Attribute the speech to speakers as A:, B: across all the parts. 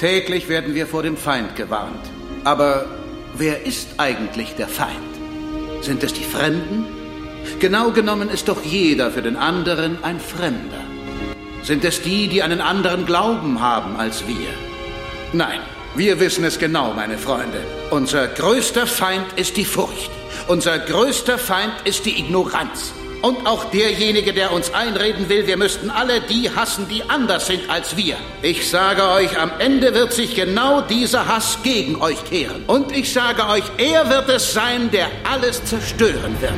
A: Täglich werden wir vor dem Feind gewarnt. Aber wer ist eigentlich der Feind? Sind es die Fremden? Genau genommen ist doch jeder für den anderen ein Fremder. Sind es die, die einen anderen Glauben haben als wir? Nein, wir wissen es genau, meine Freunde. Unser größter Feind ist die Furcht. Unser größter Feind ist die Ignoranz. Und auch derjenige, der uns einreden will, wir müssten alle die hassen, die anders sind als wir. Ich sage euch, am Ende wird sich genau dieser Hass gegen euch kehren. Und ich sage euch, er wird es sein, der alles zerstören wird.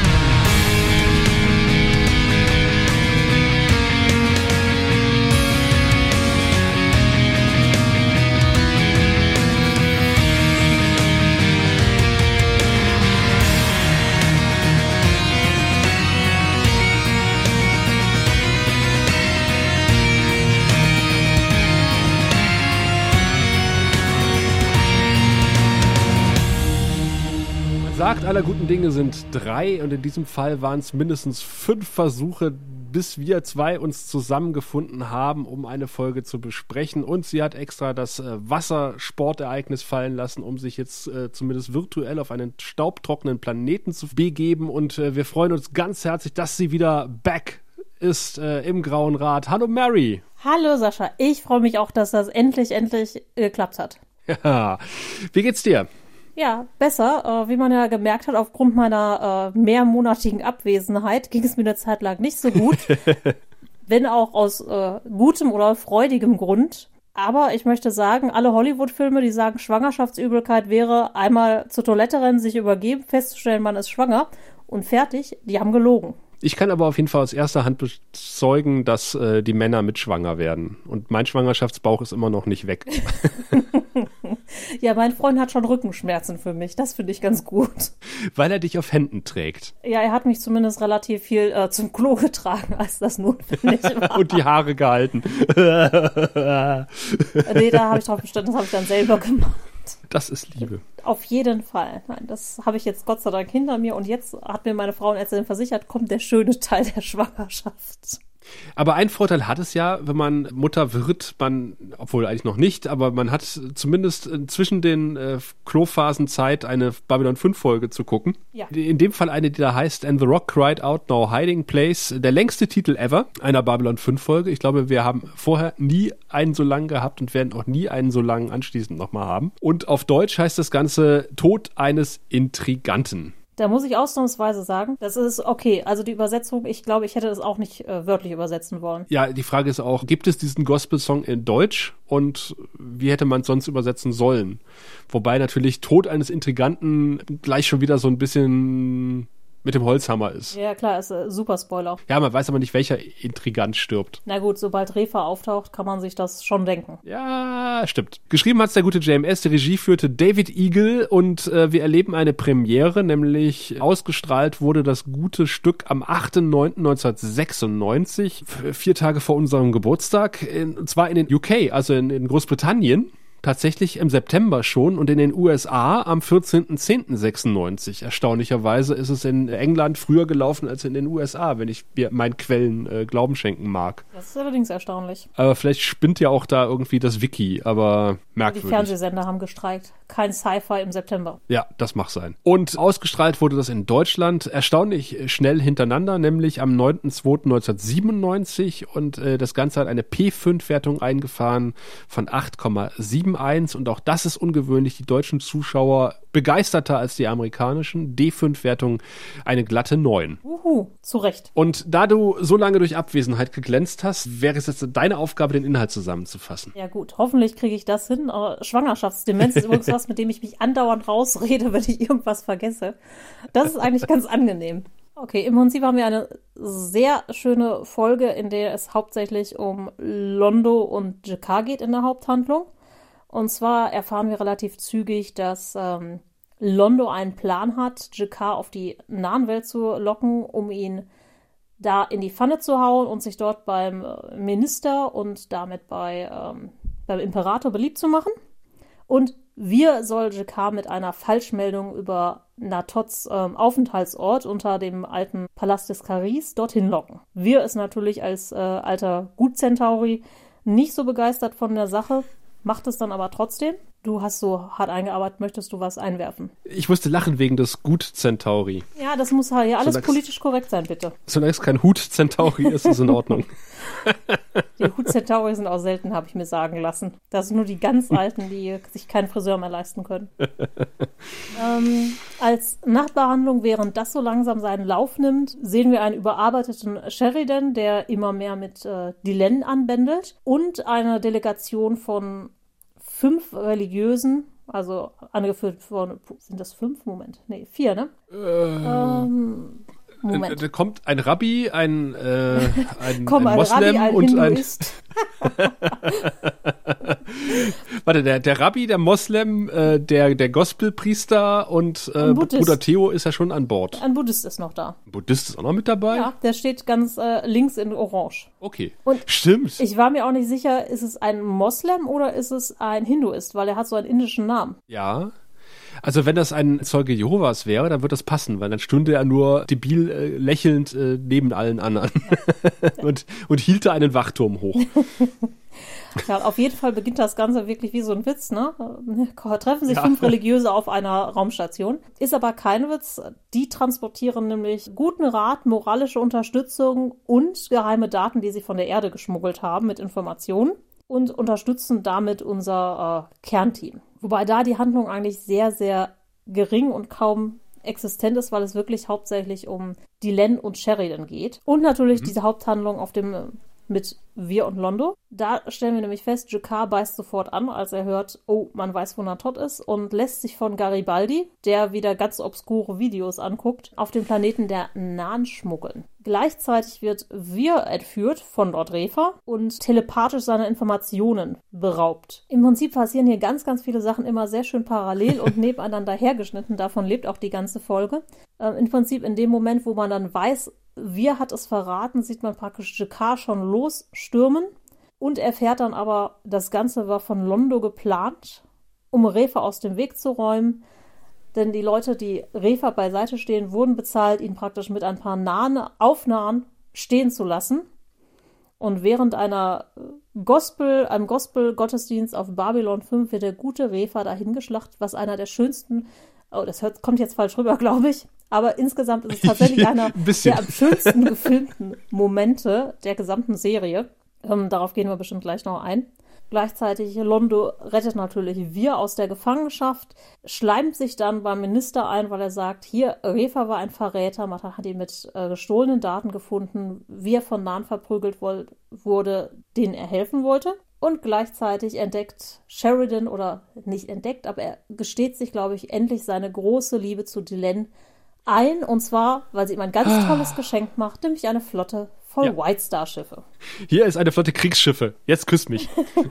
B: Sagt, aller guten Dinge sind 3 und in diesem Fall waren es mindestens 5 Versuche, bis wir 2 uns zusammengefunden haben, um eine Folge zu besprechen. Und sie hat extra das Wassersportereignis fallen lassen, um sich jetzt zumindest virtuell auf einen staubtrockenen Planeten zu begeben. Und wir freuen uns ganz herzlich, dass sie wieder back ist im Grauen Rat. Hallo Mary.
C: Hallo Sascha, ich freue mich auch, dass das endlich geklappt hat.
B: Ja, wie geht's dir?
C: Ja, besser. Wie man ja gemerkt hat, aufgrund meiner mehrmonatigen Abwesenheit ging es mir eine Zeit lang nicht so gut. Wenn auch aus gutem oder freudigem Grund. Aber ich möchte sagen, alle Hollywood-Filme, die sagen, Schwangerschaftsübelkeit wäre einmal zur Toilette rennen, sich übergeben, festzustellen, man ist schwanger und fertig, die haben gelogen.
B: Ich kann aber auf jeden Fall aus erster Hand bezeugen, dass die Männer mitschwanger werden. Und mein Schwangerschaftsbauch ist immer noch nicht weg.
C: Ja, mein Freund hat schon Rückenschmerzen für mich. Das finde ich ganz gut.
B: Weil er dich auf Händen trägt.
C: Ja, er hat mich zumindest relativ viel zum Klo getragen, als das notwendig war.
B: Und die Haare gehalten.
C: Nee, da habe ich drauf bestanden, das habe ich dann selber gemacht.
B: Das ist Liebe.
C: Auf jeden Fall. Nein, das habe ich jetzt Gott sei Dank hinter mir. Und jetzt hat mir meine Frauenärztin versichert, kommt der schöne Teil der Schwangerschaft.
B: Aber einen Vorteil hat es ja, wenn man Mutter wird, obwohl eigentlich noch nicht, aber man hat zumindest zwischen den Klophasen Zeit, eine Babylon 5 Folge zu gucken.
C: Ja.
B: In dem Fall eine, die da heißt And the Rock Cried Out No Hiding Place. Der längste Titel ever einer Babylon 5 Folge. Ich glaube, wir haben vorher nie einen so lang gehabt und werden auch nie einen so langen anschließend nochmal haben. Und auf Deutsch heißt das Ganze Tod eines Intriganten.
C: Da muss ich ausnahmsweise sagen, das ist okay. Also die Übersetzung, ich glaube, ich hätte das auch nicht wörtlich übersetzen wollen.
B: Ja, die Frage ist auch, gibt es diesen Gospel-Song in Deutsch und wie hätte man es sonst übersetzen sollen? Wobei natürlich Tod eines Intriganten gleich schon wieder so ein bisschen mit dem Holzhammer ist.
C: Ja, klar, ist super Spoiler.
B: Ja, man weiß aber nicht, welcher Intrigant stirbt.
C: Na gut, sobald Refa auftaucht, kann man sich das schon denken.
B: Ja, stimmt. Geschrieben hat's der gute JMS, die Regie führte David Eagle und wir erleben eine Premiere, nämlich ausgestrahlt wurde das gute Stück am 8.9.1996, 4 Tage vor unserem Geburtstag, und zwar in den UK, also in Großbritannien. Tatsächlich im September schon und in den USA am 14.10.96. Erstaunlicherweise ist es in England früher gelaufen als in den USA, wenn ich mir meinen Quellen Glauben schenken mag.
C: Das ist allerdings erstaunlich.
B: Aber vielleicht spinnt ja auch da irgendwie das Wiki, aber merkwürdig.
C: Die Fernsehsender haben gestreikt. Kein Sci-Fi im September.
B: Ja, das mag sein. Und ausgestrahlt wurde das in Deutschland erstaunlich schnell hintereinander, nämlich am 9.2.1997 und das Ganze hat eine P5-Wertung eingefahren von 8,71 und auch das ist ungewöhnlich. Die deutschen Zuschauer begeisterter als die amerikanischen. D5-Wertung eine glatte 9.
C: Zu Recht.
B: Und da du so lange durch Abwesenheit geglänzt hast, wäre es jetzt deine Aufgabe, den Inhalt zusammenzufassen.
C: Ja gut, hoffentlich kriege ich das hin. Schwangerschaftsdemenz ist übrigens was, mit dem ich mich andauernd rausrede, wenn ich irgendwas vergesse. Das ist eigentlich ganz angenehm. Okay, im Prinzip haben wir eine sehr schöne Folge, in der es hauptsächlich um Londo und G'Kar geht in der Haupthandlung. Und zwar erfahren wir relativ zügig, dass Londo einen Plan hat, G'Kar auf die Nahenwelt zu locken, um ihn da in die Pfanne zu hauen und sich dort beim Minister und damit beim Imperator beliebt zu machen. Und wir soll G'Kar mit einer Falschmeldung über Natots Aufenthaltsort unter dem alten Palast des Caris dorthin locken. Wir ist natürlich als alter Gut-Centauri nicht so begeistert von der Sache. macht es dann aber trotzdem. Du hast so hart eingearbeitet, möchtest du was einwerfen?
B: Ich musste lachen wegen des Gut-Centauri.
C: Ja, das muss halt ja alles politisch korrekt sein, bitte.
B: Solange es kein Hut-Centauri ist, ist in Ordnung.
C: Die Hut-Centauri sind auch selten, habe ich mir sagen lassen. Das sind nur die ganz Alten, die sich keinen Friseur mehr leisten können. Als Nachtbehandlung, während das so langsam seinen Lauf nimmt, sehen wir einen überarbeiteten Sheridan, der immer mehr mit Delenn anbändelt und eine Delegation von 5 Religiösen, also angeführt von, sind das 5? Moment, nee, 4, ne? Moment.
B: Da kommt ein Rabbi, ein
C: Rabbi,
B: Moslem
C: ein
B: und
C: Hinduist.
B: Warte, der Rabbi, der Moslem, der Gospelpriester und Bruder Theo ist ja schon an Bord.
C: Ein Buddhist ist noch da.
B: Ein Buddhist ist auch noch mit dabei?
C: Ja, der steht ganz links in Orange.
B: Okay,
C: und
B: stimmt.
C: Ich war mir auch nicht sicher, ist es ein Moslem oder ist es ein Hinduist, weil er hat so einen indischen Namen.
B: Ja. Also wenn das ein Zeuge Jehovas wäre, dann würde das passen, weil dann stünde er nur debil lächelnd neben allen anderen und hielte einen Wachturm hoch.
C: Ja, auf jeden Fall beginnt das Ganze wirklich wie so ein Witz, ne? Treffen sich 5 Religiöse auf einer Raumstation. Ist aber kein Witz. Die transportieren nämlich guten Rat, moralische Unterstützung und geheime Daten, die sie von der Erde geschmuggelt haben, mit Informationen und unterstützen damit unser Kernteam. Wobei da die Handlung eigentlich sehr, sehr gering und kaum existent ist, weil es wirklich hauptsächlich um Delenn und Sheridan geht. Und natürlich diese Haupthandlung auf dem mit Wir und Londo. Da stellen wir nämlich fest, G'Kar beißt sofort an, als er hört, oh, man weiß, wo Natot ist, und lässt sich von Garibaldi, der wieder ganz obskure Videos anguckt, auf dem Planeten der Na'an schmuggeln. Gleichzeitig wird Wir entführt von Lord Refa und telepathisch seiner Informationen beraubt. Im Prinzip passieren hier ganz, ganz viele Sachen immer sehr schön parallel und nebeneinander hergeschnitten. Davon lebt auch die ganze Folge. Im Prinzip in dem Moment, wo man dann weiß, Wir hat es verraten, sieht man praktisch G'Kar schon losstürmen und erfährt dann aber, das Ganze war von Londo geplant, um Refa aus dem Weg zu räumen. Denn die Leute, die Refa beiseite stehen, wurden bezahlt, ihn praktisch mit ein paar Aufnahmen stehen zu lassen. Und während einem Gospel-Gottesdienst auf Babylon 5 wird der gute Refa dahingeschlachtet, was einer der schönsten, kommt jetzt falsch rüber, glaube ich, aber insgesamt ist es tatsächlich einer der am schönsten gefilmten Momente der gesamten Serie. Darauf gehen wir bestimmt gleich noch ein. Gleichzeitig Londo rettet natürlich Wir aus der Gefangenschaft, schleimt sich dann beim Minister ein, weil er sagt, hier, Refa war ein Verräter, man hat ihn mit gestohlenen Daten gefunden, wie er von Na'an verprügelt wurde, denen er helfen wollte. Und gleichzeitig entdeckt Sheridan, oder nicht entdeckt, aber er gesteht sich, glaube ich, endlich seine große Liebe zu Delenn ein. Und zwar, weil sie ihm ein ganz tolles Geschenk macht, nämlich eine Flotte voll White Star Schiffe.
B: Hier ist eine Flotte Kriegsschiffe. Jetzt küsst mich.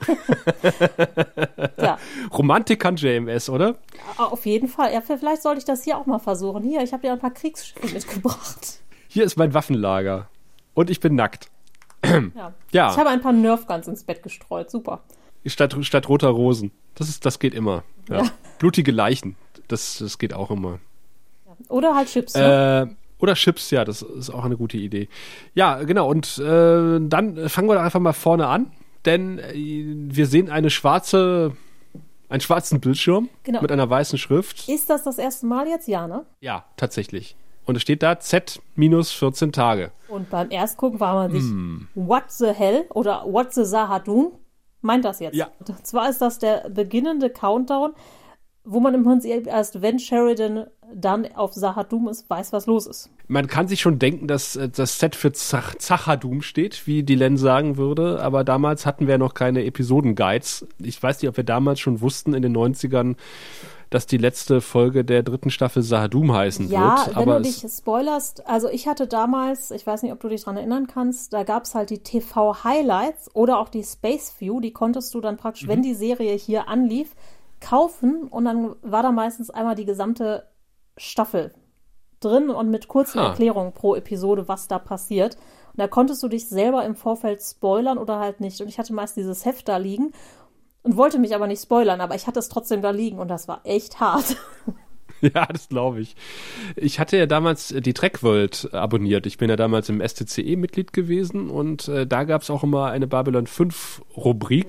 B: Ja. Romantik kann JMS, oder?
C: Auf jeden Fall. Ja, vielleicht sollte ich das hier auch mal versuchen. Hier, ich habe dir ein paar Kriegsschiffe mitgebracht.
B: Hier ist mein Waffenlager. Und ich bin nackt.
C: Ja. Ich habe ein paar Nerfguns ins Bett gestreut. Super.
B: Statt roter Rosen. Das geht immer. Ja. Blutige Leichen. Das geht auch immer.
C: Oder halt Chips. Ne?
B: Oder Chips, ja, das ist auch eine gute Idee. Ja, genau. Und dann fangen wir doch einfach mal vorne an. Denn wir sehen einen schwarzen Bildschirm mit einer weißen Schrift.
C: Ist das erste Mal jetzt? Ja, ne?
B: Ja, tatsächlich. Und es steht da Z-14 Tage.
C: Und beim Erstgucken war man sich, what the hell oder what the Sahadum meint das jetzt?
B: Ja.
C: Und zwar ist das der beginnende Countdown, wo man im Prinzip erst, wenn Sheridan dann auf Sahadum ist, weiß, was los ist.
B: Man kann sich schon denken, dass das Z für Zachadum steht, wie Delenn sagen würde, aber damals hatten wir noch keine Episoden-Guides. Ich weiß nicht, ob wir damals schon wussten in den 90ern, dass die letzte Folge der 3. Staffel Sahadum heißen wird.
C: Ja, wenn du dich spoilerst, also ich hatte damals, ich weiß nicht, ob du dich daran erinnern kannst, da gab es halt die TV-Highlights oder auch die Space View, die konntest du dann praktisch, wenn die Serie hier anlief, kaufen und dann war da meistens einmal die gesamte Staffel drin und mit kurzen Erklärungen pro Episode, was da passiert. Und da konntest du dich selber im Vorfeld spoilern oder halt nicht. Und ich hatte meist dieses Heft da liegen und wollte mich aber nicht spoilern, aber ich hatte es trotzdem da liegen und das war echt hart.
B: Ja, das glaube ich. Ich hatte ja damals die Trackworld abonniert. Ich bin ja damals im STCE Mitglied gewesen und da gab es auch immer eine Babylon 5 Rubrik,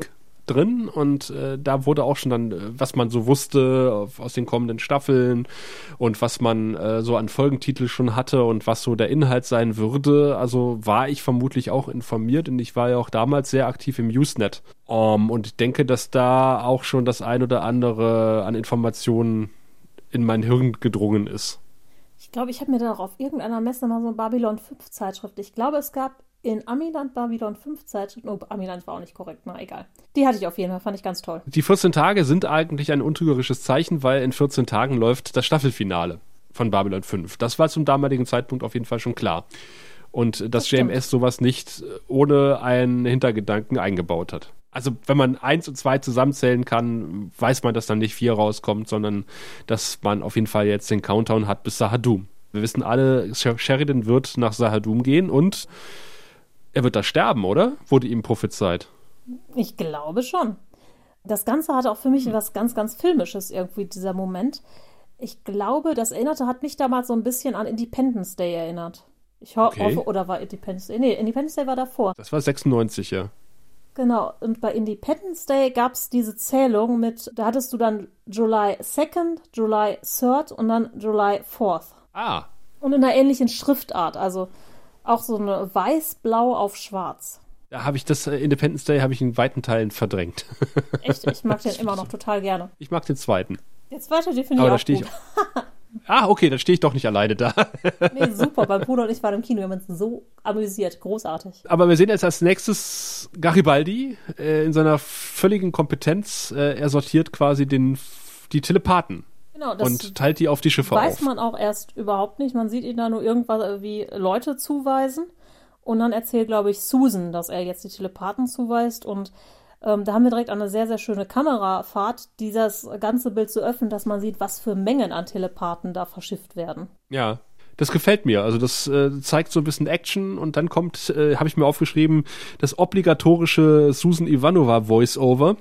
B: drin und da wurde auch schon dann, was man so wusste aus den kommenden Staffeln und was man so an Folgentitel schon hatte und was so der Inhalt sein würde. Also war ich vermutlich auch informiert und ich war ja auch damals sehr aktiv im Usenet. Und ich denke, dass da auch schon das ein oder andere an Informationen in mein Hirn gedrungen ist.
C: Ich glaube, ich habe mir da auch auf irgendeiner Messe mal so eine Babylon 5 Zeitschrift. Ich glaube, es gab in Amiland Babylon 5 Zeitschriften. Oh, Amiland war auch nicht korrekt, na egal. Die hatte ich auf jeden Fall, fand ich ganz toll.
B: Die 14 Tage sind eigentlich ein untrügerisches Zeichen, weil in 14 Tagen läuft das Staffelfinale von Babylon 5. Das war zum damaligen Zeitpunkt auf jeden Fall schon klar. Und dass JMS sowas nicht ohne einen Hintergedanken eingebaut hat. Also wenn man 1 und 2 zusammenzählen kann, weiß man, dass dann nicht 4 rauskommt, sondern dass man auf jeden Fall jetzt den Countdown hat bis Sahadum. Wir wissen alle, Sheridan wird nach Sahadum gehen und er wird da sterben, oder? Wurde ihm prophezeit.
C: Ich glaube schon. Das Ganze hatte auch für mich was ganz, ganz Filmisches irgendwie, dieser Moment. Ich glaube, das hat mich damals so ein bisschen an Independence Day erinnert. Ich hoffe, oder war Independence Day? Nee, Independence Day war davor.
B: Das war 96, ja.
C: Genau, und bei Independence Day gab es diese Zählung mit, da hattest du dann July 2nd, July 3rd und dann July 4th.
B: Ah.
C: Und in einer ähnlichen Schriftart, also auch so eine weiß-blau auf schwarz.
B: Da habe ich das Independence Day in weiten Teilen verdrängt.
C: Echt? Ich mag den immer noch total gerne.
B: Ich mag den zweiten.
C: Der zweite, den finde ich auch gut.
B: Okay, dann stehe ich doch nicht alleine da.
C: Nee, super. Mein Bruder und ich waren im Kino, wir haben uns so amüsiert. Großartig.
B: Aber wir sehen jetzt als nächstes Garibaldi in seiner völligen Kompetenz. Er sortiert quasi die Telepathen.
C: Genau, das
B: und teilt die auf die Schiffe
C: weiß man auch erst überhaupt nicht. Man sieht ihn da nur irgendwas wie Leute zuweisen. Und dann erzählt, glaube ich, Susan, dass er jetzt die Telepathen zuweist. Und da haben wir direkt eine sehr, sehr schöne Kamerafahrt, die das ganze Bild so öffnet, dass man sieht, was für Mengen an Telepathen da verschifft werden.
B: Ja, das gefällt mir. Also das zeigt so ein bisschen Action und dann kommt, habe ich mir aufgeschrieben, das obligatorische Susan Ivanova Voice-Over,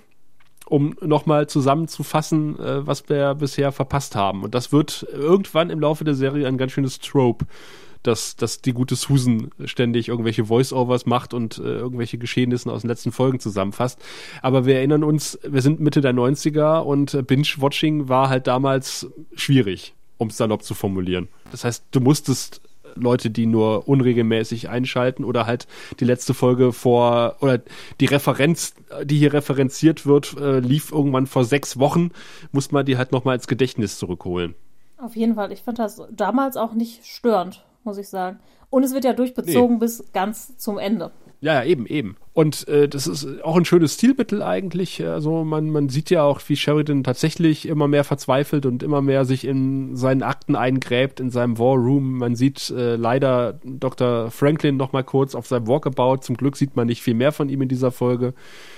B: um nochmal zusammenzufassen, was wir bisher verpasst haben. Und das wird irgendwann im Laufe der Serie ein ganz schönes Trope, dass die gute Susan ständig irgendwelche Voice-Overs macht und irgendwelche Geschehnisse aus den letzten Folgen zusammenfasst. Aber wir erinnern uns, wir sind Mitte der 90er und Binge-Watching war halt damals schwierig, um es salopp zu formulieren. Das heißt, du musstest Leute, die nur unregelmäßig einschalten oder halt die letzte Folge oder die Referenz, die hier referenziert wird, lief irgendwann vor 6 Wochen, muss man die halt nochmal ins Gedächtnis zurückholen.
C: Auf jeden Fall. Ich fand das damals auch nicht störend, muss ich sagen. Und es wird ja durchbezogen bis ganz zum Ende.
B: Ja, eben. Und das ist auch ein schönes Stilmittel eigentlich. Also man sieht ja auch, wie Sheridan tatsächlich immer mehr verzweifelt und immer mehr sich in seinen Akten eingräbt, in seinem War Room. Man sieht leider Dr. Franklin noch mal kurz auf seinem Walkabout. Zum Glück sieht man nicht viel mehr von ihm in dieser Folge.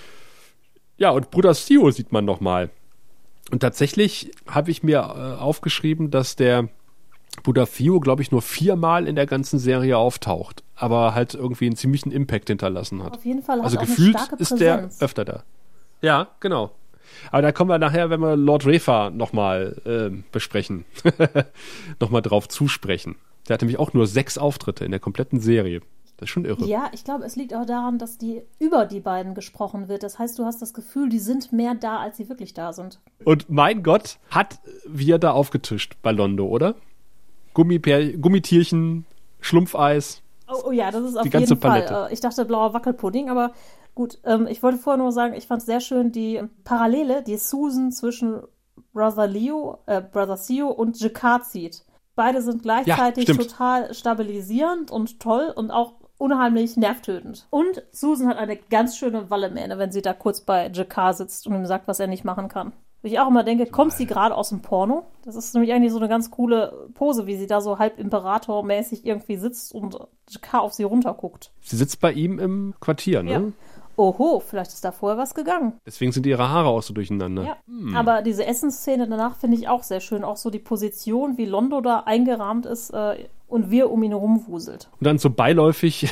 B: Ja, und Bruder Theo sieht man noch mal. Und tatsächlich habe ich mir aufgeschrieben, dass der Bruder Theo, glaube ich, nur 4-mal in der ganzen Serie auftaucht, aber halt irgendwie einen ziemlichen Impact hinterlassen hat.
C: Auf jeden Fall hat
B: also
C: auch
B: gefühlt
C: eine starke
B: ist
C: Präsenz.
B: der öfter da. Ja, genau. Aber da kommen wir nachher, wenn wir Lord Refa nochmal besprechen, nochmal drauf zusprechen. Der hat nämlich auch nur 6 Auftritte in der kompletten Serie. Das ist schon irre.
C: Ja, ich glaube, es liegt auch daran, dass über die beiden gesprochen wird. Das heißt, du hast das Gefühl, die sind mehr da, als sie wirklich da sind.
B: Und mein Gott, hat wir da aufgetischt bei Londo, oder? Gummitierchen, Schlumpfeis.
C: Oh ja, das ist auf
B: die ganze
C: jeden
B: Palette.
C: Fall. Ich dachte blauer Wackelpudding, aber gut. Ich wollte vorher nur sagen, ich fand es sehr schön, die Parallele, die Susan zwischen Brother Theo und Jakar zieht. Beide sind gleichzeitig total stabilisierend und toll und auch unheimlich nervtötend. Und Susan hat eine ganz schöne Wallemähne, wenn sie da kurz bei Jakar sitzt und ihm sagt, was er nicht machen kann. Wo ich auch immer denke, kommt sie gerade aus dem Porno? Das ist nämlich eigentlich so eine ganz coole Pose, wie sie da so halb Imperator-mäßig irgendwie sitzt und Jakar auf sie runterguckt.
B: Sie sitzt bei ihm im Quartier, ne?
C: Ja. Oho, vielleicht ist da vorher was gegangen.
B: Deswegen sind ihre Haare auch so durcheinander.
C: Ja, aber diese Essensszene danach finde ich auch sehr schön. Auch so die Position, wie Londo da eingerahmt ist und wir um ihn herumwuselt.
B: Und dann so beiläufig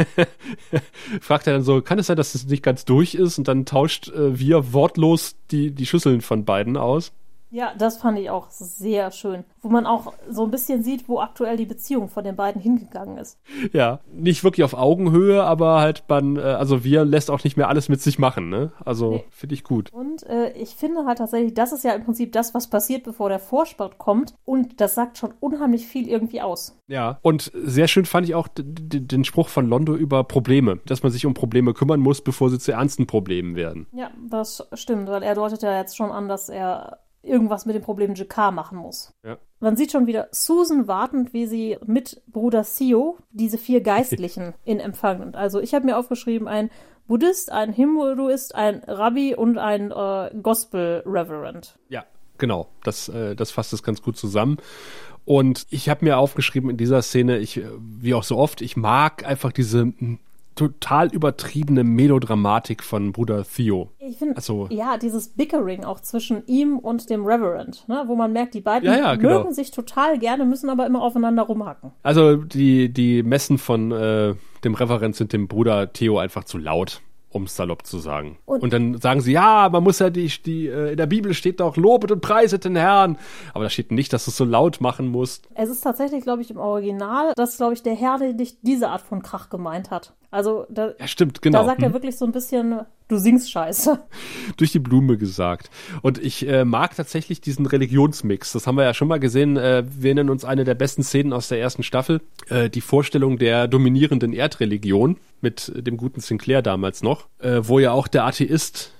B: fragt er dann so, kann es sein, dass es nicht ganz durch ist? Und dann tauscht wir wortlos die Schüsseln von beiden aus.
C: Ja, das fand ich auch sehr schön. Wo man auch so ein bisschen sieht, wo aktuell die Beziehung von den beiden hingegangen ist.
B: Ja, nicht wirklich auf Augenhöhe, aber halt also wir lässt auch nicht mehr alles mit sich machen, ne? Also nee. Finde ich gut.
C: Und ich finde halt tatsächlich, das ist ja im Prinzip das, was passiert, bevor der Vorspann kommt. Und das sagt schon unheimlich viel irgendwie aus.
B: Ja, und sehr schön fand ich auch den Spruch von Londo über Probleme, dass man sich um Probleme kümmern muss, bevor sie zu ernsten Problemen werden.
C: Ja, das stimmt, weil er deutet ja jetzt schon an, dass er irgendwas mit dem Problem Jakar machen muss.
B: Ja.
C: Man sieht schon wieder Susan wartend, wie sie mit Bruder Theo diese 4 Geistlichen in Empfang nimmt. Also ich habe mir aufgeschrieben, ein Buddhist, ein Hinduist, ein Rabbi und ein Gospel Reverend.
B: Ja, genau. Das fasst es ganz gut zusammen. Und ich habe mir aufgeschrieben in dieser Szene, wie auch so oft, ich mag einfach diese total übertriebene Melodramatik von Bruder Theo.
C: Ich finde, ja, dieses Bickering auch zwischen ihm und dem Reverend, ne, wo man merkt, die beiden mögen sich total gerne, müssen aber immer aufeinander rumhacken.
B: Also die Messen von dem Reverend sind dem Bruder Theo einfach zu laut, um es salopp zu sagen. Und dann sagen sie, ja, man muss ja in der Bibel steht doch, lobet und preiset den Herrn. Aber da steht nicht, dass du es so laut machen musst.
C: Es ist tatsächlich, glaube ich, im Original, dass, glaube ich, der Herr nicht diese Art von Krach gemeint hat. Also, ja,
B: stimmt, genau.
C: Da sagt er wirklich so ein bisschen, du singst scheiße.
B: Durch die Blume gesagt. Und ich mag tatsächlich diesen Religionsmix. Das haben wir ja schon mal gesehen. Wir erinnern uns eine der besten Szenen aus der ersten Staffel. Die Vorstellung der dominierenden Erdreligion mit dem guten Sinclair damals noch. Wo ja auch der Atheist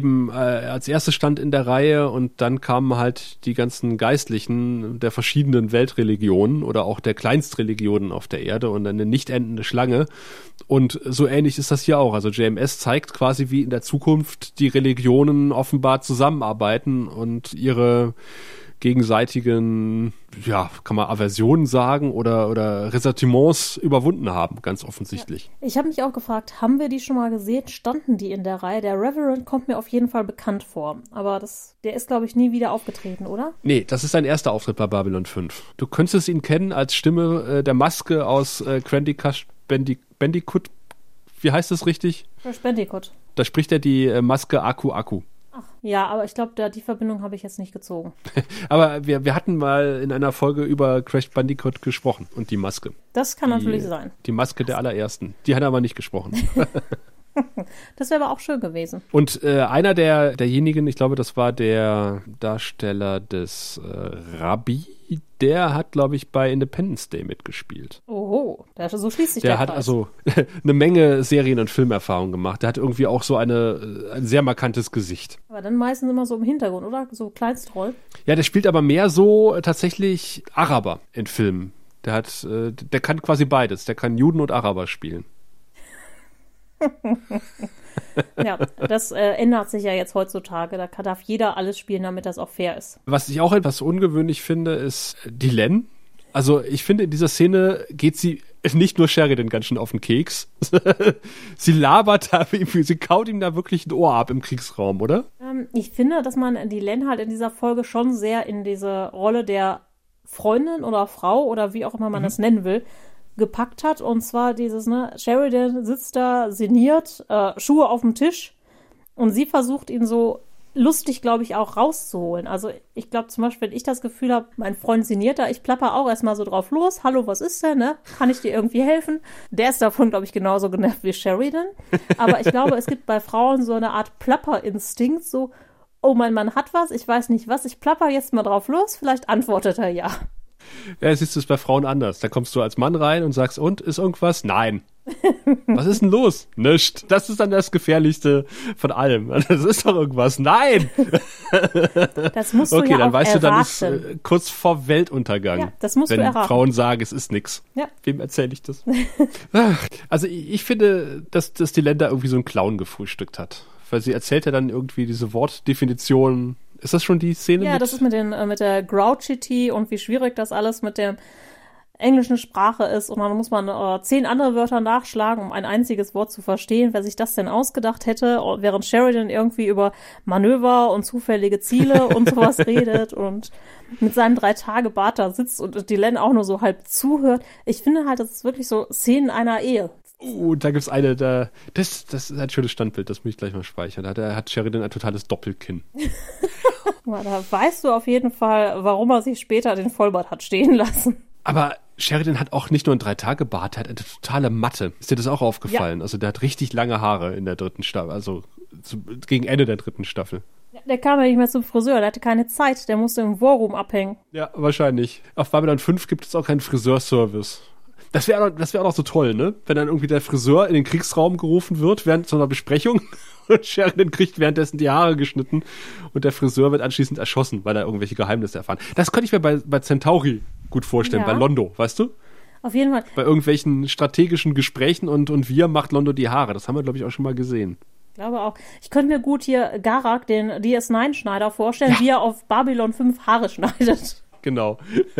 B: als erstes stand in der Reihe und dann kamen halt die ganzen Geistlichen der verschiedenen Weltreligionen oder auch der Kleinstreligionen auf der Erde und eine nicht endende Schlange. Und so ähnlich ist das hier auch. Also JMS zeigt quasi, wie in der Zukunft die Religionen offenbar zusammenarbeiten und ihre gegenseitigen, ja, kann man Aversionen sagen oder Ressentiments überwunden haben, ganz offensichtlich.
C: Ja. Ich habe mich auch gefragt, haben wir die schon mal gesehen? Standen die in der Reihe? Der Reverend kommt mir auf jeden Fall bekannt vor, aber der ist, glaube ich, nie wieder aufgetreten, oder?
B: Nee, das ist sein erster Auftritt bei Babylon 5. Du könntest ihn kennen als Stimme der Maske aus Crash Bandicoot. Wie heißt das richtig?
C: Crash Bandicoot.
B: Da spricht er die Maske Aku.
C: Ach, ja, aber ich glaube, die Verbindung habe ich jetzt nicht gezogen.
B: Aber wir hatten mal in einer Folge über Crash Bandicoot gesprochen und die Maske.
C: Das kann natürlich sein.
B: Die Maske der allerersten. Die hat er aber nicht gesprochen.
C: Das wäre aber auch schön gewesen.
B: Und einer derjenigen, ich glaube, das war der Darsteller des Rabbi, der hat, glaube ich, bei Independence Day mitgespielt.
C: Oho, so schließt sich der Kreis.
B: Der hat also eine Menge Serien- und Filmerfahrung gemacht. Der hat irgendwie auch so ein sehr markantes Gesicht.
C: Aber dann meistens immer so im Hintergrund, oder? So Kleinstroll.
B: Ja, der spielt aber mehr so tatsächlich Araber in Filmen. Der kann quasi beides. Der kann Juden und Araber spielen.
C: Ja, das ändert sich ja jetzt heutzutage. Da darf jeder alles spielen, damit das auch fair ist.
B: Was ich auch etwas ungewöhnlich finde, ist Dylan. Also ich finde, in dieser Szene geht sie nicht nur Sheridan ganz schön auf den Keks. Sie labert da, sie kaut ihm da wirklich ein Ohr ab im Kriegsraum, oder?
C: Ich finde, dass man Dylan halt in dieser Folge schon sehr in diese Rolle der Freundin oder Frau oder wie auch immer man das nennen will, gepackt hat, und zwar dieses, Sheridan sitzt da, sinniert, Schuhe auf dem Tisch, und sie versucht ihn so lustig, glaube ich, auch rauszuholen. Also ich glaube zum Beispiel, wenn ich das Gefühl habe, mein Freund sinniert da, ich plapper auch erstmal so drauf los, hallo, was ist denn, ne? Kann ich dir irgendwie helfen? Der ist davon, glaube ich, genauso genervt wie Sheridan. Aber ich glaube, es gibt bei Frauen so eine Art Plapperinstinkt, so, oh, mein Mann hat was, ich weiß nicht was, ich plapper jetzt mal drauf los, vielleicht antwortet er ja.
B: Ja, siehst du es bei Frauen anders. Da kommst du als Mann rein und sagst, und, ist irgendwas? Nein. Was ist denn los? Nischt. Das ist dann das Gefährlichste von allem. Das ist doch irgendwas. Nein!
C: Das musst du
B: okay,
C: ja
B: dann
C: auch
B: weißt
C: erraten.
B: du, dann ist kurz vor Weltuntergang.
C: Ja, das musst du erraten.
B: Wenn Frauen sagen, es ist nix.
C: Ja.
B: Wem erzähle ich das? Also ich finde, dass die Länder irgendwie so einen Clown gefrühstückt hat. Weil sie erzählt ja dann irgendwie diese Wortdefinition. Ist das schon die Szene?
C: Ja, das ist mit der Grouchity und wie schwierig das alles mit der englischen Sprache ist. Und dann muss man 10 andere Wörter nachschlagen, um ein einziges Wort zu verstehen. Wer sich das denn ausgedacht hätte, während Sheridan irgendwie über Manöver und zufällige Ziele und sowas redet und mit seinem 3-Tage-Bart da sitzt und Dylan auch nur so halb zuhört. Ich finde halt, das ist wirklich so Szenen einer Ehe.
B: Da gibt's eine, das ist ein schönes Standbild, das muss ich gleich mal speichern. Da hat Sheridan ein totales Doppelkinn.
C: Da weißt du auf jeden Fall, warum er sich später den Vollbart hat stehen lassen.
B: Aber Sheridan hat auch nicht nur einen 3-Tage-Bart, er hat eine totale Matte. Ist dir das auch aufgefallen? Ja. Also der hat richtig lange Haare in der 3. Staffel, also gegen Ende der 3. Staffel.
C: Der kam ja nicht mehr zum Friseur, der hatte keine Zeit, der musste im Warroom abhängen.
B: Ja, wahrscheinlich. Auf Babylon 5 gibt es auch keinen Friseurservice. Das wäre auch noch so toll, ne? Wenn dann irgendwie der Friseur in den Kriegsraum gerufen wird während so einer Besprechung und Sheridan kriegt währenddessen die Haare geschnitten und der Friseur wird anschließend erschossen, weil er irgendwelche Geheimnisse erfahren. Das könnte ich mir bei Centauri gut vorstellen, bei Londo, weißt du?
C: Auf jeden Fall.
B: Bei irgendwelchen strategischen Gesprächen und wir macht Londo die Haare. Das haben wir, glaube ich, auch schon mal gesehen.
C: Ich glaube auch. Ich könnte mir gut hier Garak, den DS9-Schneider, vorstellen, wie er auf Babylon 5 Haare schneidet.
B: Genau.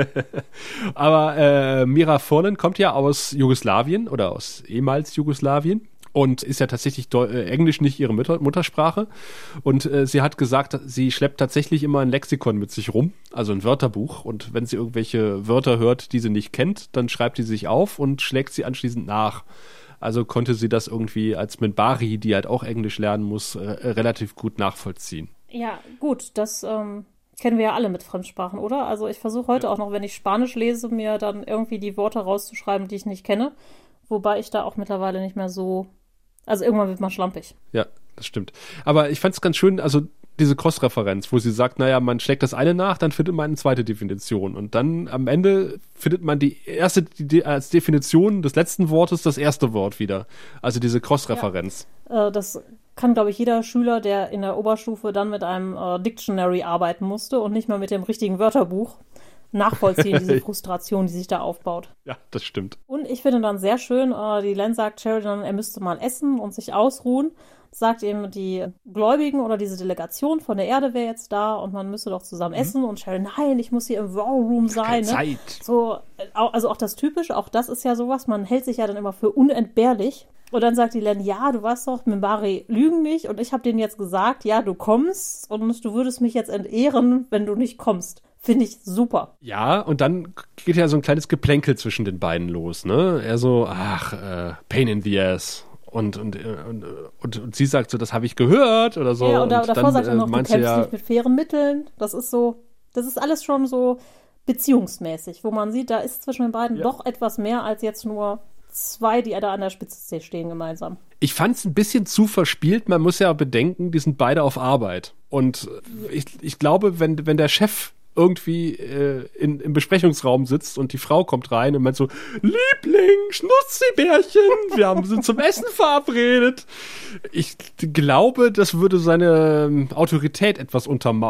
B: Aber Mira Furlan kommt ja aus Jugoslawien oder aus ehemals Jugoslawien und ist ja tatsächlich Englisch nicht ihre Muttersprache. Und sie hat gesagt, sie schleppt tatsächlich immer ein Lexikon mit sich rum, also ein Wörterbuch. Und wenn sie irgendwelche Wörter hört, die sie nicht kennt, dann schreibt sie sich auf und schlägt sie anschließend nach. Also konnte sie das irgendwie als Minbari, die halt auch Englisch lernen muss, relativ gut nachvollziehen.
C: Ja, gut, das kennen wir ja alle mit Fremdsprachen, oder? Also ich versuche heute auch noch, wenn ich Spanisch lese, mir dann irgendwie die Worte rauszuschreiben, die ich nicht kenne. Wobei ich da auch mittlerweile nicht mehr so... Also irgendwann wird man schlampig.
B: Ja, das stimmt. Aber ich fand es ganz schön, also diese Cross-Referenz, wo sie sagt, naja, man schlägt das eine nach, dann findet man eine zweite Definition. Und dann am Ende findet man die erste als Definition des letzten Wortes das erste Wort wieder. Also diese Cross-Referenz.
C: Ja, das kann, glaube ich, jeder Schüler, der in der Oberstufe dann mit einem Dictionary arbeiten musste und nicht mal mit dem richtigen Wörterbuch, nachvollziehen, diese Frustration, die sich da aufbaut.
B: Ja, das stimmt.
C: Und ich finde dann sehr schön, die Len sagt Sheridan, er müsste mal essen und sich ausruhen. Sagt eben, die Gläubigen oder diese Delegation von der Erde wäre jetzt da und man müsse doch zusammen essen. Und Sheridan, nein, ich muss hier im War Room sein.
B: Keine
C: ne?
B: Zeit.
C: So, also auch das Typische, auch das ist ja sowas, man hält sich ja dann immer für unentbehrlich. Und dann sagt die Len, ja, du weißt doch, Minbari lügen nicht und ich habe denen jetzt gesagt, ja, du kommst und du würdest mich jetzt entehren, wenn du nicht kommst. Finde ich super.
B: Ja, und dann geht ja so ein kleines Geplänkel zwischen den beiden los, ne? Er so, pain in the ass. Und sie sagt so, das habe ich gehört oder so.
C: Ja, und davor
B: dann,
C: sagt er noch, du kämpfst nicht mit fairen Mitteln. Das ist alles schon so beziehungsmäßig, wo man sieht, da ist zwischen den beiden doch etwas mehr als jetzt nur zwei, die da an der Spitze stehen gemeinsam.
B: Ich fand es ein bisschen zu verspielt. Man muss ja bedenken, die sind beide auf Arbeit. Und ich glaube, wenn der Chef irgendwie im Besprechungsraum sitzt und die Frau kommt rein und meint so, Liebling, Schnutzibärchen, sind zum Essen verabredet. Ich glaube, das würde seine Autorität etwas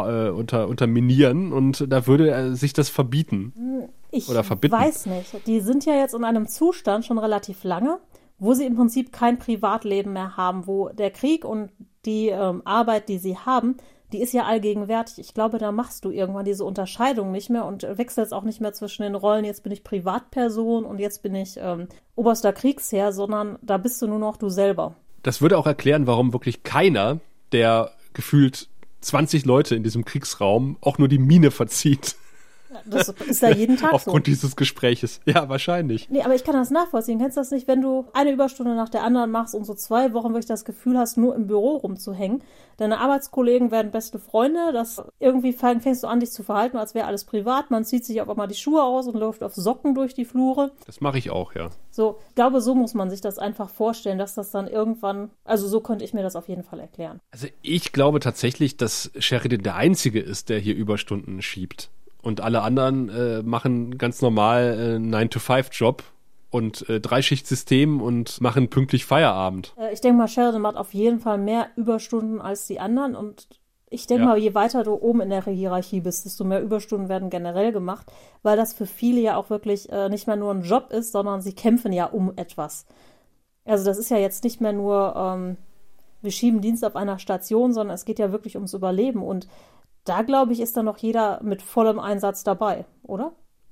B: unterminieren und da würde er sich das verbieten. Oder verbitten.
C: Ich weiß nicht. Die sind ja jetzt in einem Zustand schon relativ lange, wo sie im Prinzip kein Privatleben mehr haben, wo der Krieg und die Arbeit, die sie haben, die ist ja allgegenwärtig. Ich glaube, da machst du irgendwann diese Unterscheidung nicht mehr und wechselst auch nicht mehr zwischen den Rollen, jetzt bin ich Privatperson und jetzt bin ich oberster Kriegsherr, sondern da bist du nur noch du selber.
B: Das würde auch erklären, warum wirklich keiner der gefühlt 20 Leute in diesem Kriegsraum auch nur die Miene verzieht.
C: Das ist ja jeden Tag
B: Aufgrund dieses Gespräches. Ja, wahrscheinlich.
C: Nee, aber ich kann das nachvollziehen. Kennst du das nicht, wenn du eine Überstunde nach der anderen machst und so 2 Wochen wirklich das Gefühl hast, nur im Büro rumzuhängen? Deine Arbeitskollegen werden beste Freunde. Irgendwie fängst du an, dich zu verhalten, als wäre alles privat. Man zieht sich auf einmal die Schuhe aus und läuft auf Socken durch die Flure.
B: Das mache ich auch, ja.
C: So, ich glaube, so muss man sich das einfach vorstellen, dass das dann irgendwann, also so könnte ich mir das auf jeden Fall erklären.
B: Also ich glaube tatsächlich, dass Sheridan der Einzige ist, der hier Überstunden schiebt. Und alle anderen machen ganz normal 9-to-5-Job und 3-Schicht-System und machen pünktlich Feierabend.
C: Ich denke mal, Sheridan macht auf jeden Fall mehr Überstunden als die anderen. Und ich denke mal, je weiter du oben in der Hierarchie bist, desto mehr Überstunden werden generell gemacht, weil das für viele ja auch wirklich nicht mehr nur ein Job ist, sondern sie kämpfen ja um etwas. Also das ist ja jetzt nicht mehr nur, wir schieben Dienst auf einer Station, sondern es geht ja wirklich ums Überleben. Und da, glaube ich, ist dann noch jeder mit vollem Einsatz dabei, oder?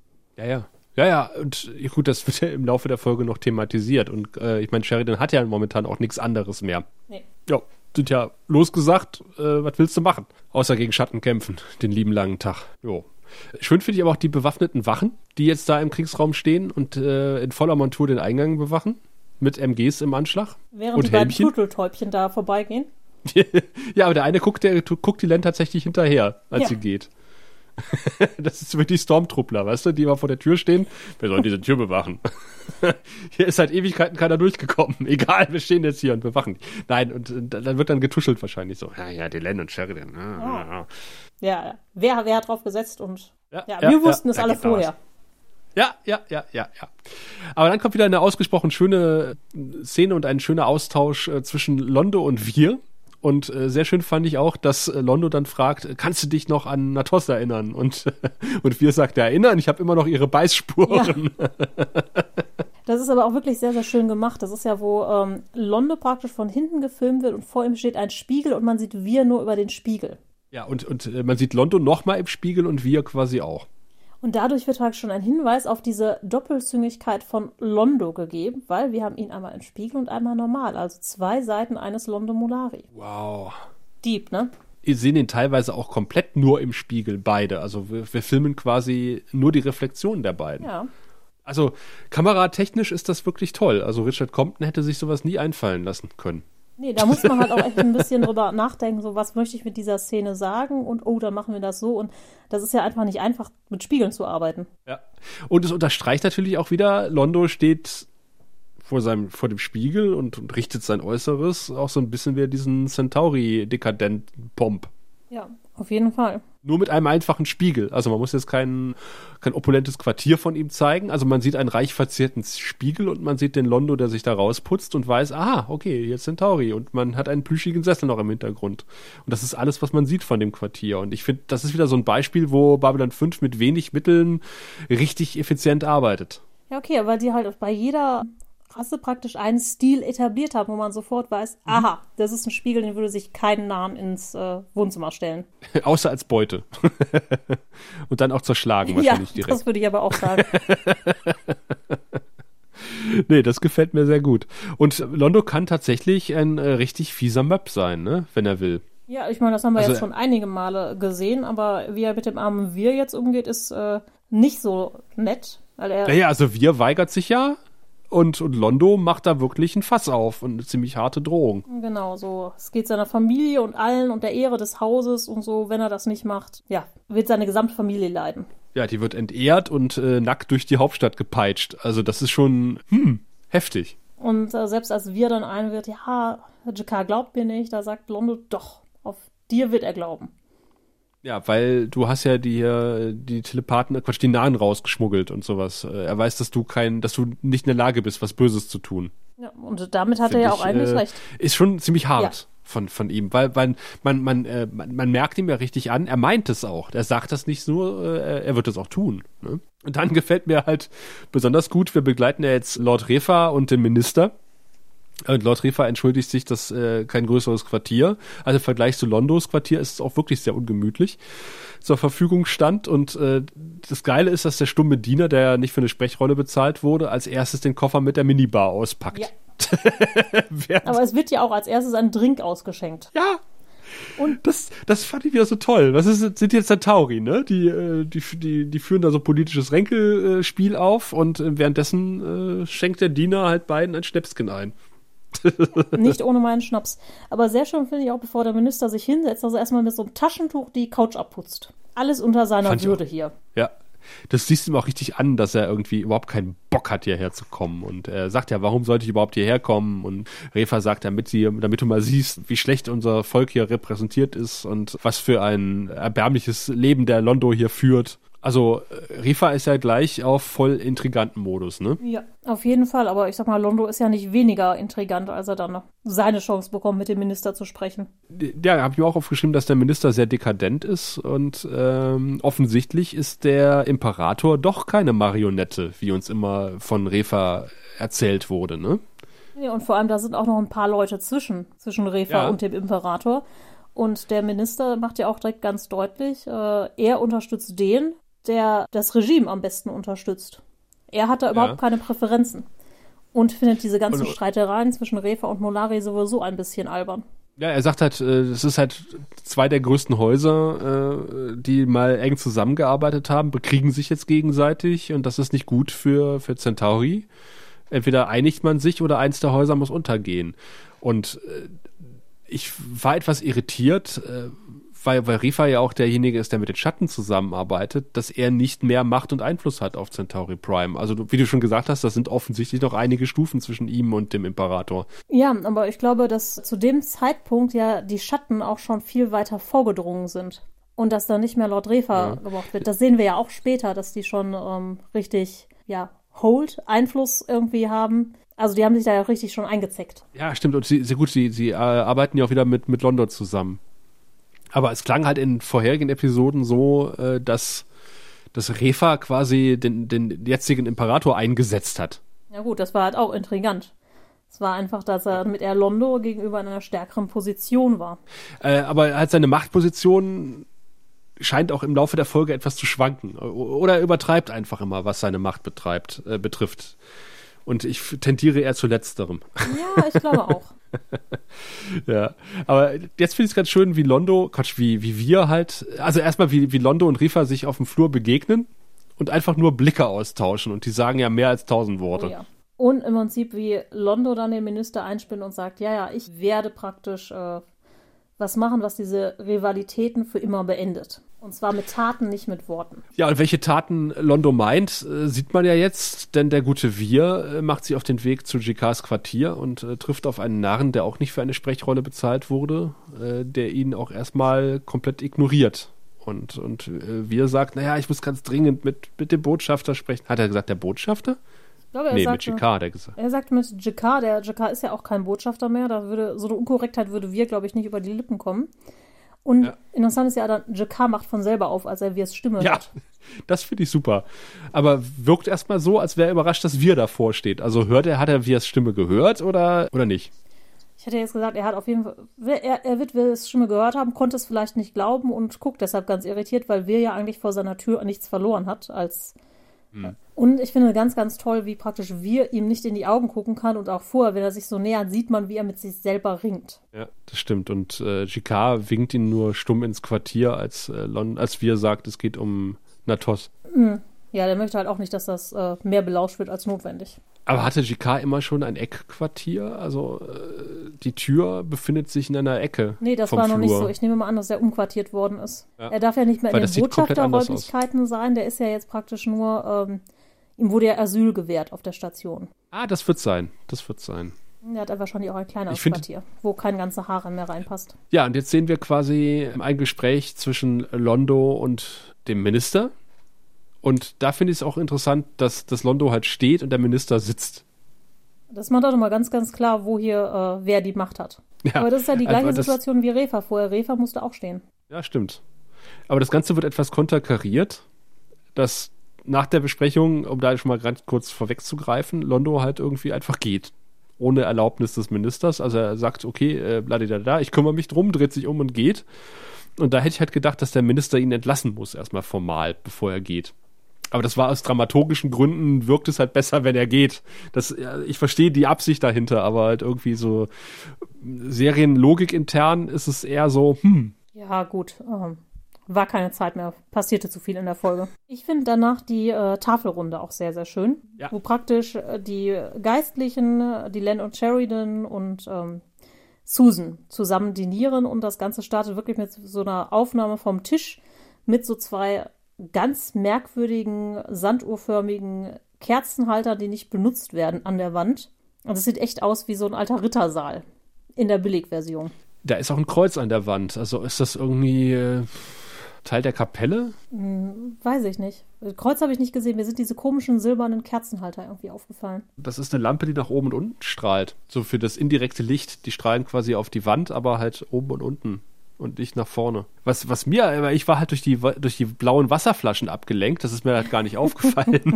B: Ja, und gut, das wird ja im Laufe der Folge noch thematisiert. Und ich meine, Sheridan hat ja momentan auch nichts anderes mehr.
C: Nee.
B: Ja, sind ja losgesagt, was willst du machen? Außer gegen Schatten kämpfen, den lieben langen Tag. Jo. Schön finde ich aber auch die bewaffneten Wachen, die jetzt da im Kriegsraum stehen und in voller Montur den Eingang bewachen. Mit MGs im Anschlag.
C: Während
B: und
C: die beiden
B: Helmchen.
C: Turteltäubchen da vorbeigehen.
B: Ja, aber der eine guckt die Len tatsächlich hinterher, als sie geht. Das ist wirklich Stormtruppler, weißt du, die immer vor der Tür stehen. Wir sollen diese Tür bewachen. Hier ist seit Ewigkeiten keiner durchgekommen. Egal, wir stehen jetzt hier und bewachen. Nein, und dann wird dann getuschelt wahrscheinlich so. Ja, die Len und Sheridan.
C: Ja, wer hat drauf gesetzt und wir wussten es alle vorher.
B: Ja. Aber dann kommt wieder eine ausgesprochen schöne Szene und ein schöner Austausch zwischen Londo und wir. Und sehr schön fand ich auch, dass Londo dann fragt, kannst du dich noch an Natos erinnern? Und wir sagt, erinnern, ich habe immer noch ihre Beißspuren. Ja.
C: Das ist aber auch wirklich sehr, sehr schön gemacht. Das ist ja, wo Londo praktisch von hinten gefilmt wird und vor ihm steht ein Spiegel und man sieht wir nur über den Spiegel. Ja,
B: und man sieht Londo nochmal im Spiegel und wir quasi auch.
C: Und dadurch wird halt schon ein Hinweis auf diese Doppelzüngigkeit von Londo gegeben, weil wir haben ihn einmal im Spiegel und einmal normal. Also 2 Seiten eines Londo Mollari.
B: Wow.
C: Deep, ne?
B: Wir sehen ihn teilweise auch komplett nur im Spiegel, beide. Also wir filmen quasi nur die Reflexion der beiden.
C: Ja.
B: Also kameratechnisch ist das wirklich toll. Also Richard Compton hätte sich sowas nie einfallen lassen können.
C: Nee, da muss man halt auch echt ein bisschen drüber nachdenken, so was möchte ich mit dieser Szene sagen und dann machen wir das so und das ist ja einfach nicht einfach, mit Spiegeln zu arbeiten. Ja,
B: und es unterstreicht natürlich auch wieder, Londo steht vor dem Spiegel und richtet sein Äußeres auch so ein bisschen wie diesen Centauri-Dekadent-Pomp.
C: Ja, auf jeden Fall.
B: Nur mit einem einfachen Spiegel. Also man muss jetzt kein opulentes Quartier von ihm zeigen. Also man sieht einen reich verzierten Spiegel und man sieht den Londo, der sich da rausputzt und weiß, aha, okay, jetzt Centauri. Und man hat einen plüschigen Sessel noch im Hintergrund. Und das ist alles, was man sieht von dem Quartier. Und ich finde, das ist wieder so ein Beispiel, wo Babylon 5 mit wenig Mitteln richtig effizient arbeitet.
C: Ja, okay, aber die halt bei jeder Rasse praktisch einen Stil etabliert haben, wo man sofort weiß, aha, das ist ein Spiegel, den würde sich kein Narren ins Wohnzimmer stellen.
B: Außer als Beute. Und dann auch zerschlagen wahrscheinlich direkt.
C: Ja, das würde ich aber auch sagen.
B: Nee, das gefällt mir sehr gut. Und Londo kann tatsächlich ein richtig fieser Möb sein, ne, wenn er will.
C: Ja, ich meine, das haben wir jetzt schon einige Male gesehen, aber wie er mit dem armen Wir jetzt umgeht, ist nicht so nett. Weil
B: also Wir weigert sich ja. Und Londo macht da wirklich ein Fass auf und eine ziemlich harte Drohung.
C: Genau, so. Es geht seiner Familie und allen und der Ehre des Hauses und so. Wenn er das nicht macht, wird seine gesamte Familie leiden.
B: Ja, die wird entehrt und nackt durch die Hauptstadt gepeitscht. Also das ist schon, heftig.
C: Und selbst als Wir dann ein wird, Jakar glaubt mir nicht, da sagt Londo, doch, auf dir wird er glauben.
B: Ja, weil du hast ja die Telepathen, die Nahen rausgeschmuggelt und sowas. Er weiß, dass du nicht in der Lage bist, was Böses zu tun.
C: Ja, und damit hat er ja auch eigentlich recht.
B: Ist schon ziemlich hart von ihm, weil man merkt ihm ja richtig an, er meint es auch. Er sagt das nicht nur, er wird es auch tun. Ne? Und dann gefällt mir halt besonders gut, wir begleiten ja jetzt Lord Refa und den Minister. Und Lord Refa entschuldigt sich, dass kein größeres Quartier, also im Vergleich zu Londos Quartier ist es auch wirklich sehr ungemütlich, zur Verfügung stand. Und das Geile ist, dass der stumme Diener, der nicht für eine Sprechrolle bezahlt wurde, als erstes den Koffer mit der Minibar auspackt. Ja.
C: Aber es wird ja auch als erstes ein Drink ausgeschenkt.
B: Ja. Und das fand ich wieder so toll. Sind jetzt Centauri, ne? Die führen da so politisches Ränkelspiel auf und währenddessen schenkt der Diener halt beiden ein Schnäpschen ein.
C: Nicht ohne meinen Schnaps. Aber sehr schön finde ich auch, bevor der Minister sich hinsetzt, also erstmal mit so einem Taschentuch die Couch abputzt. Alles unter seiner Würde hier. Ja,
B: das siehst du ihm auch richtig an, dass er irgendwie überhaupt keinen Bock hat, hierher zu kommen. Und er sagt ja, warum sollte ich überhaupt hierher kommen? Und Refa sagt, damit du mal siehst, wie schlecht unser Volk hier repräsentiert ist und was für ein erbärmliches Leben der Londo hier führt. Also Refa ist ja gleich auf voll intriganten Modus, ne?
C: Ja, auf jeden Fall. Aber ich sag mal, Londo ist ja nicht weniger intrigant, als er dann noch seine Chance bekommt, mit dem Minister zu sprechen.
B: Ja, habe ich mir auch aufgeschrieben, dass der Minister sehr dekadent ist und offensichtlich ist der Imperator doch keine Marionette, wie uns immer von Refa erzählt wurde, ne?
C: Ja, und vor allem, da sind auch noch ein paar Leute zwischen Refa und dem Imperator. Und der Minister macht ja auch direkt ganz deutlich, er unterstützt den, der das Regime am besten unterstützt. Er hat da überhaupt keine Präferenzen und findet diese ganzen Streitereien zwischen Refa und Mollari sowieso ein bisschen albern.
B: Ja, er sagt halt, es ist halt 2 der größten Häuser, die mal eng zusammengearbeitet haben, bekriegen sich jetzt gegenseitig und das ist nicht gut für Centauri. Entweder einigt man sich oder eins der Häuser muss untergehen. Und Ich war etwas irritiert, weil Refa ja auch derjenige ist, der mit den Schatten zusammenarbeitet, dass er nicht mehr Macht und Einfluss hat auf Centauri Prime. Also wie du schon gesagt hast, das sind offensichtlich noch einige Stufen zwischen ihm und dem Imperator.
C: Ja, aber ich glaube, dass zu dem Zeitpunkt ja die Schatten auch schon viel weiter vorgedrungen sind. Und dass da nicht mehr Lord Refa gebraucht wird. Das sehen wir ja auch später, dass die schon richtig, Einfluss irgendwie haben. Also die haben sich da ja richtig schon eingezeckt.
B: Ja, stimmt. Und sie arbeiten ja auch wieder mit Londo zusammen. Aber es klang halt in vorherigen Episoden so, dass Refa quasi den jetzigen Imperator eingesetzt hat.
C: Ja gut, das war halt auch intrigant. Es war einfach, dass er mit Londo gegenüber in einer stärkeren Position war.
B: Aber halt seine Machtposition scheint auch im Laufe der Folge etwas zu schwanken. Oder er übertreibt einfach immer, was seine Macht betrifft. Und ich tendiere eher zu Letzterem.
C: Ja, ich glaube auch.
B: Ja, aber jetzt finde ich es ganz schön, wie wir halt, also erstmal wie Londo und Refa sich auf dem Flur begegnen und einfach nur Blicke austauschen und die sagen ja mehr als 1000 Worte.
C: Oh ja. Und im Prinzip wie Londo dann den Minister einspinnt und sagt, ja, ich werde praktisch was machen, was diese Rivalitäten für immer beendet. Und zwar mit Taten, nicht mit Worten.
B: Ja, und welche Taten Londo meint, sieht man ja jetzt, denn der gute Wir macht sich auf den Weg zu G'Kars Quartier und trifft auf einen Narren, der auch nicht für eine Sprechrolle bezahlt wurde, der ihn auch erstmal komplett ignoriert. Und Wir sagt, naja, ich muss ganz dringend mit dem Botschafter sprechen. Hat er gesagt, der Botschafter?
C: Ich glaube,
B: mit G'Kar hat er gesagt.
C: Er sagt mit G'Kar, der G'Kar ist ja auch kein Botschafter mehr, so eine Unkorrektheit würde Wir, glaube ich, nicht über die Lippen kommen. Und interessant ist ja dann, G'Kar macht von selber auf, als er Wirs Stimme hört.
B: Ja, das finde ich super. Aber wirkt erstmal so, als wäre er überrascht, dass Wir davor steht. Also hat er Wirs Stimme gehört oder nicht?
C: Ich hätte jetzt gesagt, er hat auf jeden Fall, er wird Wirs Stimme gehört haben, konnte es vielleicht nicht glauben und guckt deshalb ganz irritiert, weil Wir ja eigentlich vor seiner Tür nichts verloren hat als Und ich finde ganz, ganz toll, wie praktisch Wir ihm nicht in die Augen gucken kann und auch vorher, wenn er sich so nähert, sieht man, wie er mit sich selber ringt.
B: Ja, das stimmt. Und G'Kar winkt ihn nur stumm ins Quartier, als Wir sagt, es geht um Natos.
C: Ja, der möchte halt auch nicht, dass das mehr belauscht wird als notwendig.
B: Aber hatte G'Kar immer schon ein Eckquartier? Also die Tür befindet sich in einer Ecke.
C: Nee, das war noch nicht so. Ich nehme mal an, dass er umquartiert worden ist. Ja. Er darf ja nicht mehr in den Botschafterräumlichkeiten sein. Der ist ja jetzt praktisch nur, ihm wurde ja Asyl gewährt auf der Station.
B: Ah, das wird sein.
C: Er hat wahrscheinlich auch ein kleineres Quartier, wo kein ganzer Harem mehr reinpasst.
B: Ja, und jetzt sehen wir quasi ein Gespräch zwischen Londo und dem Minister. Und da finde ich es auch interessant, dass Londo halt steht und der Minister sitzt.
C: Das macht auch nochmal ganz, ganz klar, wo hier wer die Macht hat. Ja, aber das ist ja die gleiche Situation wie Refa vorher. Refa musste auch stehen.
B: Ja, stimmt. Aber das Ganze wird etwas konterkariert, dass nach der Besprechung, um da schon mal ganz kurz vorwegzugreifen, Londo halt irgendwie einfach geht. Ohne Erlaubnis des Ministers. Also er sagt, okay, bladidada, ich kümmere mich drum, dreht sich um und geht. Und da hätte ich halt gedacht, dass der Minister ihn entlassen muss, erstmal formal, bevor er geht. Aber das war aus dramaturgischen Gründen, wirkt es halt besser, wenn er geht. Ich verstehe die Absicht dahinter, aber halt irgendwie so Serienlogik intern ist es eher so,
C: Ja, gut. War keine Zeit mehr. Passierte zu viel in der Folge. Ich finde danach die Tafelrunde auch sehr, sehr schön. Ja. Wo praktisch die Geistlichen, die Len und Sheridan und Susan zusammen dinieren und das Ganze startet wirklich mit so einer Aufnahme vom Tisch mit so zwei ganz merkwürdigen, sanduhrförmigen Kerzenhaltern, die nicht benutzt werden an der Wand. Und es sieht echt aus wie so ein alter Rittersaal in der Billigversion.
B: Da ist auch ein Kreuz an der Wand. Also ist das irgendwie Teil der Kapelle?
C: Weiß ich nicht. Kreuz habe ich nicht gesehen. Mir sind diese komischen silbernen Kerzenhalter irgendwie aufgefallen.
B: Das ist eine Lampe, die nach oben und unten strahlt. So für das indirekte Licht. Die strahlen quasi auf die Wand, aber halt oben und unten. Und nicht nach vorne. Ich war halt durch die blauen Wasserflaschen abgelenkt, das ist mir halt gar nicht aufgefallen.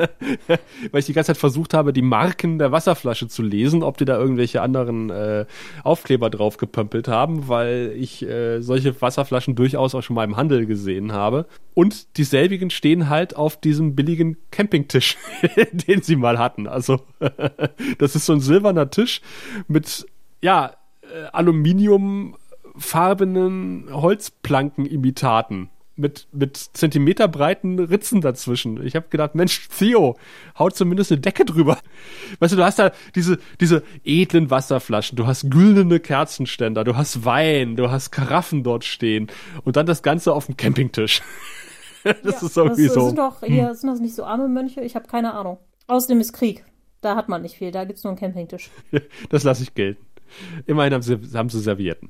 B: Weil ich die ganze Zeit versucht habe, die Marken der Wasserflasche zu lesen, ob die da irgendwelche anderen Aufkleber drauf gepömpelt haben, weil ich solche Wasserflaschen durchaus auch schon mal im Handel gesehen habe. Und dieselbigen stehen halt auf diesem billigen Campingtisch, den sie mal hatten. Also das ist so ein silberner Tisch mit, Aluminium farbenen Holzplankenimitaten. mit zentimeterbreiten Ritzen dazwischen. Ich habe gedacht, Mensch, Theo, haut zumindest eine Decke drüber. Weißt du, du hast da diese edlen Wasserflaschen, du hast güldene Kerzenständer, du hast Wein, du hast Karaffen dort stehen und dann das Ganze auf dem Campingtisch. Das ist irgendwie so.
C: Sind das nicht so arme Mönche? Ich habe keine Ahnung. Außerdem ist Krieg. Da hat man nicht viel, da gibt's nur einen Campingtisch.
B: Das lasse ich gelten. Immerhin haben sie Servietten.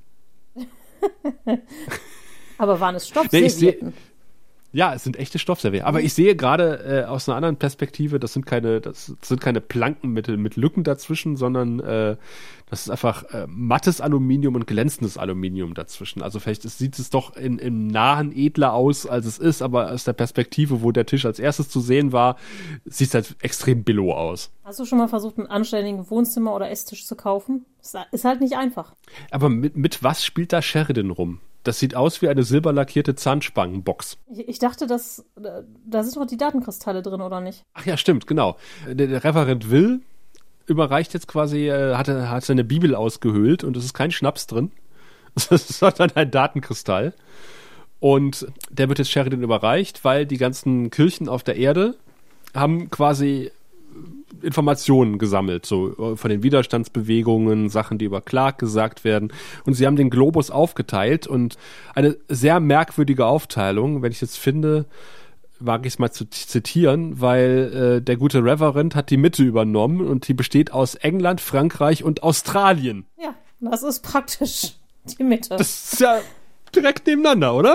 C: Aber waren es Stoffservietten?
B: Ja, es sind echte Stoffservietten. Aber ich sehe gerade aus einer anderen Perspektive, das sind keine Planken mit Lücken dazwischen, sondern das ist einfach mattes Aluminium und glänzendes Aluminium dazwischen. Also vielleicht sieht es doch im Nahen edler aus, als es ist, aber aus der Perspektive, wo der Tisch als erstes zu sehen war, sieht es halt extrem billow aus.
C: Hast du schon mal versucht, einen anständigen Wohnzimmer- oder Esstisch zu kaufen? Ist halt nicht einfach.
B: Aber mit was spielt da Sheridan rum? Das sieht aus wie eine silberlackierte Zahnspangenbox.
C: Ich dachte, da sind doch die Datenkristalle drin, oder nicht?
B: Ach ja, stimmt, genau. Der Reverend Will überreicht jetzt quasi, hat seine Bibel ausgehöhlt und es ist kein Schnaps drin. Es ist sondern ein Datenkristall. Und der wird jetzt Sheridan überreicht, weil die ganzen Kirchen auf der Erde haben quasi Informationen gesammelt, so von den Widerstandsbewegungen, Sachen, die über Clark gesagt werden. Und sie haben den Globus aufgeteilt und eine sehr merkwürdige Aufteilung, wenn ich jetzt finde, wage ich es mal zu zitieren, weil der gute Reverend hat die Mitte übernommen und die besteht aus England, Frankreich und Australien.
C: Ja, das ist praktisch die Mitte.
B: Das ist ja direkt nebeneinander, oder?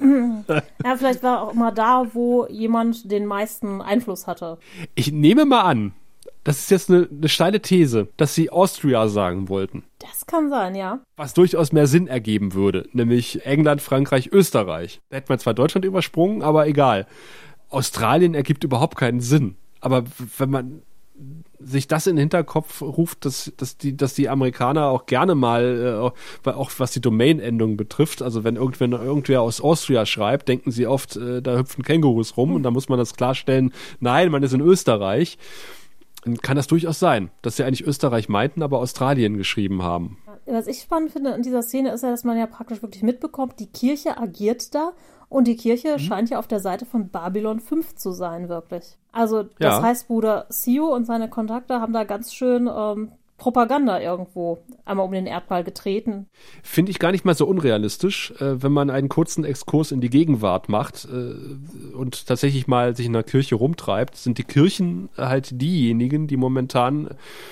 C: Ja, vielleicht war auch mal da, wo jemand den meisten Einfluss hatte.
B: Ich nehme mal an, das ist jetzt eine steile These, dass sie Austria sagen wollten.
C: Das kann sein, ja.
B: Was durchaus mehr Sinn ergeben würde, nämlich England, Frankreich, Österreich. Da hätte man zwar Deutschland übersprungen, aber egal. Australien ergibt überhaupt keinen Sinn. Aber wenn man sich das in den Hinterkopf ruft, dass die Amerikaner auch gerne mal, auch was die Domain-Endung betrifft, also wenn irgendwer aus Austria schreibt, denken sie oft, da hüpfen Kängurus rum und da muss man das klarstellen, nein, man ist in Österreich. Dann kann das durchaus sein, dass sie eigentlich Österreich meinten, aber Australien geschrieben haben.
C: Was ich spannend finde in dieser Szene ist ja, dass man ja praktisch wirklich mitbekommt, die Kirche agiert da und die Kirche scheint ja auf der Seite von Babylon 5 zu sein, wirklich. Also das heißt, Bruder Theo und seine Kontakte haben da ganz schön Propaganda irgendwo einmal um den Erdball getreten.
B: Finde ich gar nicht mal so unrealistisch, wenn man einen kurzen Exkurs in die Gegenwart macht und tatsächlich mal sich in der Kirche rumtreibt, sind die Kirchen halt diejenigen, die momentan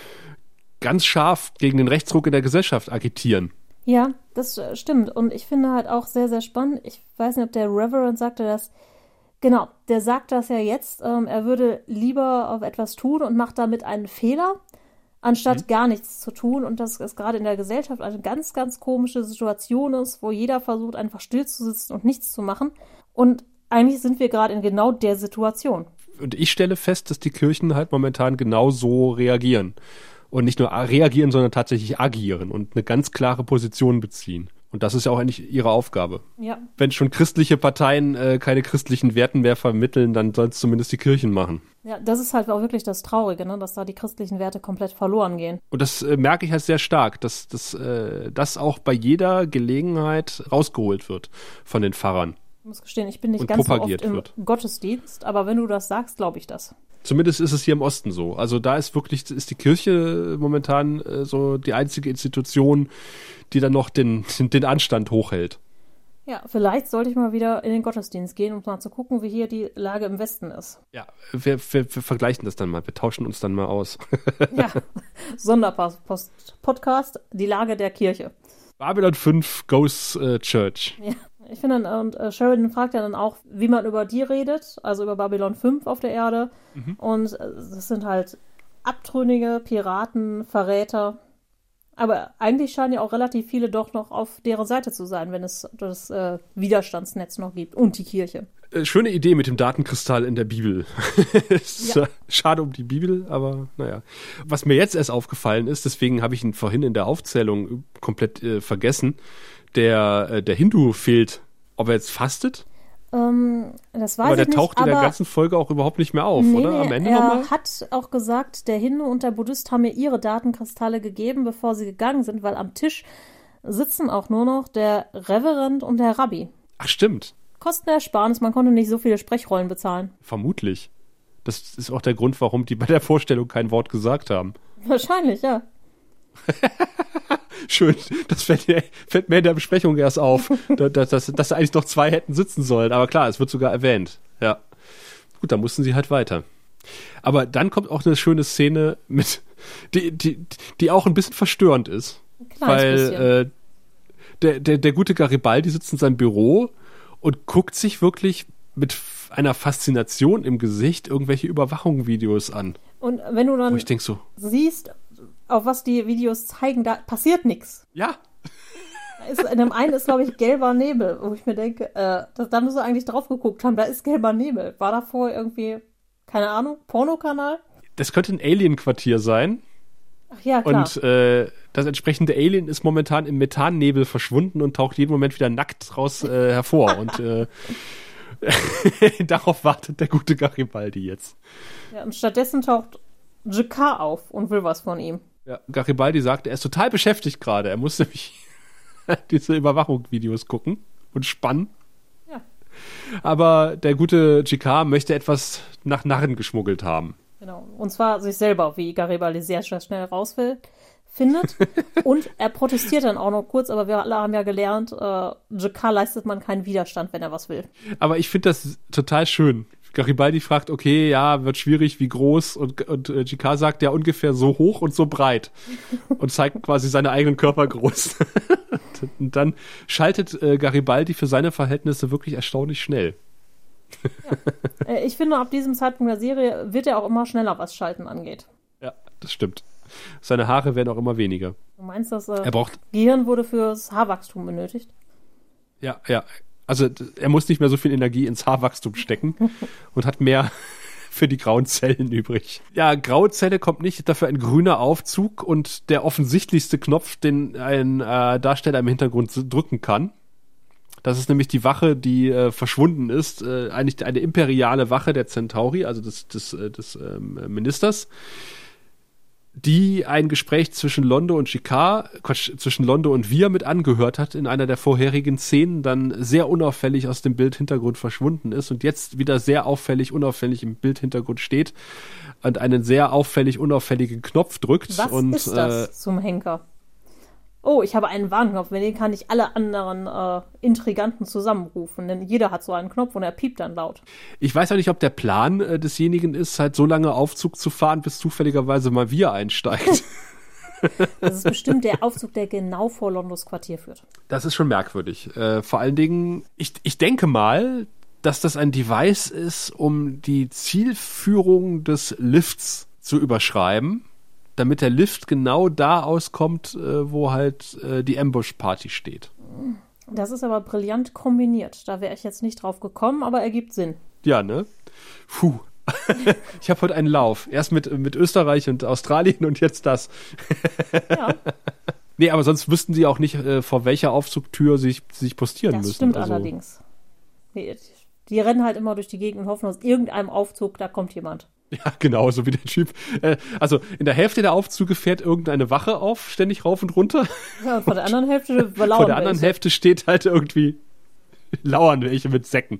B: ganz scharf gegen den Rechtsruck in der Gesellschaft agitieren.
C: Ja, das stimmt. Und ich finde halt auch sehr, sehr spannend. Ich weiß nicht, ob der Reverend sagte das. Genau, der sagt das ja jetzt. Er würde lieber auf etwas tun und macht damit einen Fehler, anstatt gar nichts zu tun. Und das ist gerade in der Gesellschaft eine ganz, ganz komische Situation ist, wo jeder versucht, einfach still zu sitzen und nichts zu machen. Und eigentlich sind wir gerade in genau der Situation.
B: Und ich stelle fest, dass die Kirchen halt momentan genau so reagieren. Und nicht nur reagieren, sondern tatsächlich agieren und eine ganz klare Position beziehen. Und das ist ja auch eigentlich ihre Aufgabe.
C: Ja.
B: Wenn schon christliche Parteien keine christlichen Werten mehr vermitteln, dann soll es zumindest die Kirchen machen.
C: Ja, das ist halt auch wirklich das Traurige, ne? Dass da die christlichen Werte komplett verloren gehen.
B: Und das merke ich halt sehr stark, dass das auch bei jeder Gelegenheit rausgeholt wird von den Pfarrern.
C: Ich muss gestehen, ich bin nicht ganz so oft im Gottesdienst, aber wenn du das sagst, glaube ich das.
B: Zumindest ist es hier im Osten so. Also da ist die Kirche momentan so die einzige Institution, die dann noch den Anstand hochhält.
C: Ja, vielleicht sollte ich mal wieder in den Gottesdienst gehen, um mal zu gucken, wie hier die Lage im Westen ist.
B: Ja, wir vergleichen das dann mal. Wir tauschen uns dann mal aus.
C: Ja, Sonderpost-Podcast, die Lage der Kirche.
B: Babylon 5 goes Church.
C: Ja. Ich finde, und Sheridan fragt ja dann auch, wie man über die redet, also über Babylon 5 auf der Erde. Und das sind halt abtrünnige Piraten, Verräter. Aber eigentlich scheinen ja auch relativ viele doch noch auf deren Seite zu sein, wenn es das Widerstandsnetz noch gibt und die Kirche.
B: Schöne Idee mit dem Datenkristall in der Bibel. Schade um die Bibel, aber naja. Was mir jetzt erst aufgefallen ist, deswegen habe ich ihn vorhin in der Aufzählung komplett vergessen, der Hindu fehlt. Ob er jetzt fastet?
C: Das weiß ich nicht.
B: Aber der taucht in der ganzen Folge auch überhaupt nicht mehr auf, oder? Am Ende nochmal?
C: Er hat auch gesagt, der Hindu und der Buddhist haben mir ihre Datenkristalle gegeben, bevor sie gegangen sind, weil am Tisch sitzen auch nur noch der Reverend und der Rabbi.
B: Ach, stimmt.
C: Kostenersparnis, man konnte nicht so viele Sprechrollen bezahlen.
B: Vermutlich. Das ist auch der Grund, warum die bei der Vorstellung kein Wort gesagt haben.
C: Wahrscheinlich, ja.
B: Schön, das fällt mir in der Besprechung erst auf, dass eigentlich noch 2 hätten sitzen sollen. Aber klar, es wird sogar erwähnt. Ja. Gut, dann mussten sie halt weiter. Aber dann kommt auch eine schöne Szene mit, die auch ein bisschen verstörend ist. Weil der gute Garibaldi sitzt in seinem Büro und guckt sich wirklich mit einer Faszination im Gesicht irgendwelche Überwachungsvideos an.
C: Und wenn du dann
B: ich denk so,
C: siehst, auf was die Videos zeigen, da passiert nichts.
B: Ja.
C: In dem einen ist, glaube ich, gelber Nebel, wo ich mir denke, da müssen wir eigentlich drauf geguckt haben, da ist gelber Nebel. War da vorher irgendwie, keine Ahnung, Pornokanal?
B: Das könnte ein Alien-Quartier sein.
C: Ach ja, klar.
B: Und das entsprechende Alien ist momentan im Methannebel verschwunden und taucht jeden Moment wieder nackt raus hervor. Und darauf wartet der gute Garibaldi jetzt.
C: Ja, und stattdessen taucht G'Kar auf und will was von ihm.
B: Ja, Garibaldi sagt, er ist total beschäftigt gerade. Er muss nämlich diese Überwachungsvideos gucken und spannen.
C: Ja.
B: Aber der gute G'Kar möchte etwas nach Narren geschmuggelt haben.
C: Genau. Und zwar sich selber, wie Garibaldi sehr schnell rausfindet. Und er protestiert dann auch noch kurz, aber wir alle haben ja gelernt, G'Kar leistet man keinen Widerstand, wenn er was will.
B: Aber ich finde das total schön. Garibaldi fragt, okay, ja, wird schwierig, wie groß? Und G'Kar sagt, ja, ungefähr so hoch und so breit. Und zeigt quasi seine eigenen Körpergröße. Und dann schaltet Garibaldi für seine Verhältnisse wirklich erstaunlich schnell.
C: Ja. Ich finde, ab diesem Zeitpunkt der Serie wird er auch immer schneller, was Schalten angeht.
B: Ja, das stimmt. Seine Haare werden auch immer weniger.
C: Du meinst, das
B: Gehirn
C: wurde fürs Haarwachstum benötigt?
B: Ja. Also er muss nicht mehr so viel Energie ins Haarwachstum stecken und hat mehr für die grauen Zellen übrig. Ja, graue Zelle kommt nicht, dafür ein grüner Aufzug und der offensichtlichste Knopf, den ein Darsteller im Hintergrund drücken kann. Das ist nämlich die Wache, die verschwunden ist. Eigentlich eine imperiale Wache der Centauri, also des Ministers, die ein Gespräch zwischen Londo und zwischen Londo und Wir mit angehört hat in einer der vorherigen Szenen, dann sehr unauffällig aus dem Bildhintergrund verschwunden ist und jetzt wieder sehr unauffällig im Bildhintergrund steht und einen sehr unauffälligen Knopf drückt.
C: Was ist das zum Henker? Oh, ich habe einen Warnknopf, mit dem kann ich alle anderen Intriganten zusammenrufen, denn jeder hat so einen Knopf und er piept dann laut.
B: Ich weiß auch nicht, ob der Plan desjenigen ist, halt so lange Aufzug zu fahren, bis zufälligerweise mal Wir einsteigt.
C: Das ist bestimmt der Aufzug, der genau vor Londos Quartier führt.
B: Das ist schon merkwürdig. Vor allen Dingen, ich denke mal, dass das ein Device ist, um die Zielführung des Lifts zu überschreiben, damit der Lift genau da auskommt, wo halt die Ambush-Party steht.
C: Das ist aber brillant kombiniert. Da wäre ich jetzt nicht drauf gekommen, aber ergibt Sinn.
B: Ja, ne? Puh. Ich habe heute einen Lauf. Erst mit Österreich und Australien und jetzt das.
C: Ja.
B: Nee, aber sonst wüssten sie auch nicht, vor welcher Aufzugtür sie sich postieren müssen.
C: Das stimmt allerdings. Nee, die rennen halt immer durch die Gegend und hoffen, aus irgendeinem Aufzug, da kommt jemand.
B: Ja, genau, so wie der Typ. Also in der Hälfte der Aufzüge fährt irgendeine Wache auf, ständig rauf und runter.
C: Ja, und von der anderen Hälfte lauern
B: Von der anderen Hälfte steht halt irgendwie lauern welche mit Säcken.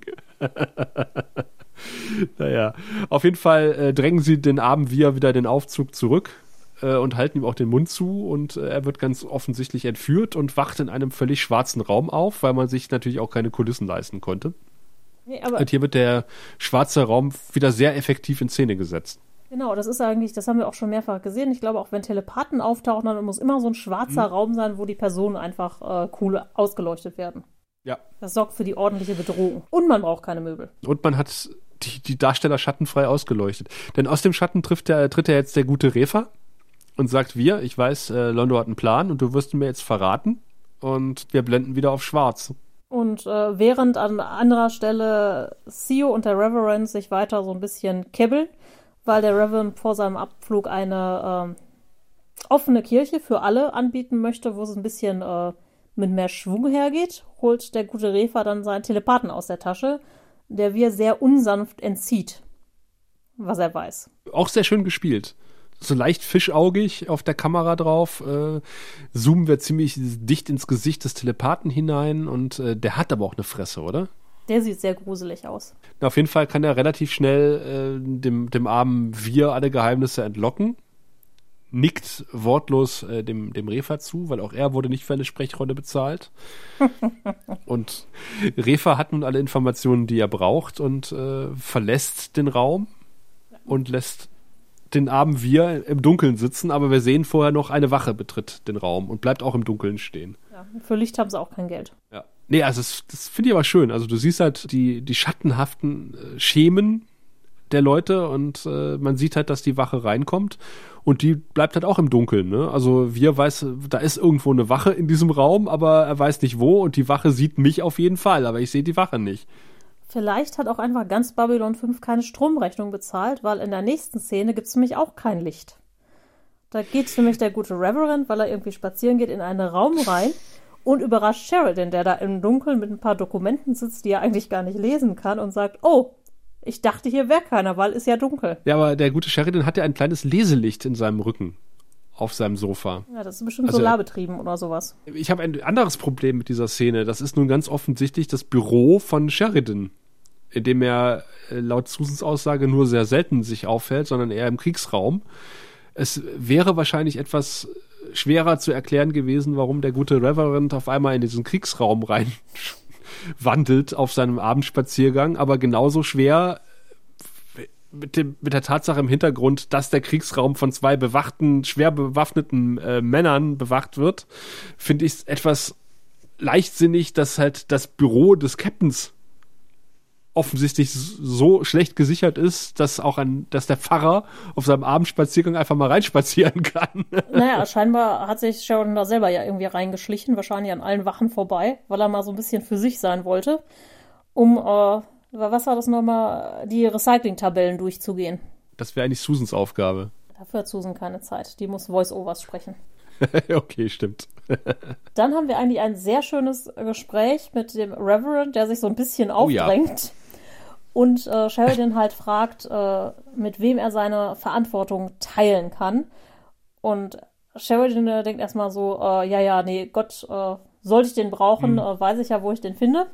B: Naja, auf jeden Fall drängen sie den armen Wir wieder den Aufzug zurück und halten ihm auch den Mund zu und er wird ganz offensichtlich entführt und wacht in einem völlig schwarzen Raum auf, weil man sich natürlich auch keine Kulissen leisten konnte. Nee, und hier wird der schwarze Raum wieder sehr effektiv in Szene gesetzt.
C: Genau, das ist eigentlich, das haben wir auch schon mehrfach gesehen. Ich glaube, auch wenn Telepathen auftauchen, dann muss immer so ein schwarzer Raum sein, wo die Personen einfach cool ausgeleuchtet werden.
B: Ja.
C: Das sorgt für die ordentliche Bedrohung. Und man braucht keine Möbel.
B: Und man hat die Darsteller schattenfrei ausgeleuchtet. Denn aus dem Schatten tritt er jetzt der gute Refa und sagt, ich weiß, Londo hat einen Plan und du wirst ihn mir jetzt verraten. Und wir blenden wieder auf schwarz.
C: Und während an anderer Stelle Theo und der Reverend sich weiter so ein bisschen kebbeln, weil der Reverend vor seinem Abflug eine offene Kirche für alle anbieten möchte, wo es ein bisschen mit mehr Schwung hergeht, holt der gute Refa dann seinen Telepathen aus der Tasche, der wir sehr unsanft entzieht, was er weiß.
B: Auch sehr schön gespielt. So leicht fischaugig auf der Kamera drauf, zoomen wir ziemlich dicht ins Gesicht des Telepathen hinein und der hat aber auch eine Fresse, oder?
C: Der sieht sehr gruselig aus.
B: Na, auf jeden Fall kann er relativ schnell dem armen Wir alle Geheimnisse entlocken. Nickt wortlos dem Refa zu, weil auch er wurde nicht für eine Sprechrolle bezahlt. Und Refa hat nun alle Informationen, die er braucht und verlässt den Raum und lässt den armen Wir im Dunkeln sitzen, aber wir sehen vorher noch, eine Wache betritt den Raum und bleibt auch im Dunkeln stehen.
C: Ja, für Licht haben sie auch kein Geld.
B: Ja. Nee, also das finde ich aber schön. Also du siehst halt die schattenhaften Schemen der Leute und man sieht halt, dass die Wache reinkommt und die bleibt halt auch im Dunkeln. Ne? Also Wir weiß, da ist irgendwo eine Wache in diesem Raum, aber er weiß nicht wo und die Wache sieht mich auf jeden Fall, aber ich sehe die Wache nicht.
C: Vielleicht hat auch einfach ganz Babylon 5 keine Stromrechnung bezahlt, weil in der nächsten Szene gibt es nämlich auch kein Licht. Da geht nämlich der gute Reverend, weil er irgendwie spazieren geht, in einen Raum rein und überrascht Sheridan, der da im Dunkeln mit ein paar Dokumenten sitzt, die er eigentlich gar nicht lesen kann und sagt, oh, ich dachte, hier wäre keiner, weil es ja dunkel.
B: Ja, aber der gute Sheridan hat ja ein kleines Leselicht in seinem Rücken auf seinem Sofa.
C: Ja, das ist bestimmt solarbetrieben oder sowas.
B: Ich habe ein anderes Problem mit dieser Szene. Das ist nun ganz offensichtlich das Büro von Sheridan, in dem er laut Susans Aussage nur sehr selten sich aufhält, sondern eher im Kriegsraum. Es wäre wahrscheinlich etwas schwerer zu erklären gewesen, warum der gute Reverend auf einmal in diesen Kriegsraum rein wandelt auf seinem Abendspaziergang, aber genauso schwer mit der Tatsache im Hintergrund, dass der Kriegsraum von 2 schwer bewaffneten Männern bewacht wird, finde ich es etwas leichtsinnig, dass halt das Büro des Captains offensichtlich so schlecht gesichert ist, dass der Pfarrer auf seinem Abendspaziergang einfach mal reinspazieren kann.
C: Naja, scheinbar hat sich Sheridan da selber ja irgendwie reingeschlichen, wahrscheinlich an allen Wachen vorbei, weil er mal so ein bisschen für sich sein wollte, um, was war das nochmal, die Recycling-Tabellen durchzugehen.
B: Das wäre eigentlich Susans Aufgabe.
C: Dafür hat Susan keine Zeit, die muss Voice-Overs sprechen.
B: Okay, stimmt.
C: Dann haben wir eigentlich ein sehr schönes Gespräch mit dem Reverend, der sich so ein bisschen aufdrängt. Ja. Und Sheridan halt fragt, mit wem er seine Verantwortung teilen kann. Und Sheridan denkt erstmal so, nee, Gott, sollte ich den brauchen, weiß ich ja, wo ich den finde.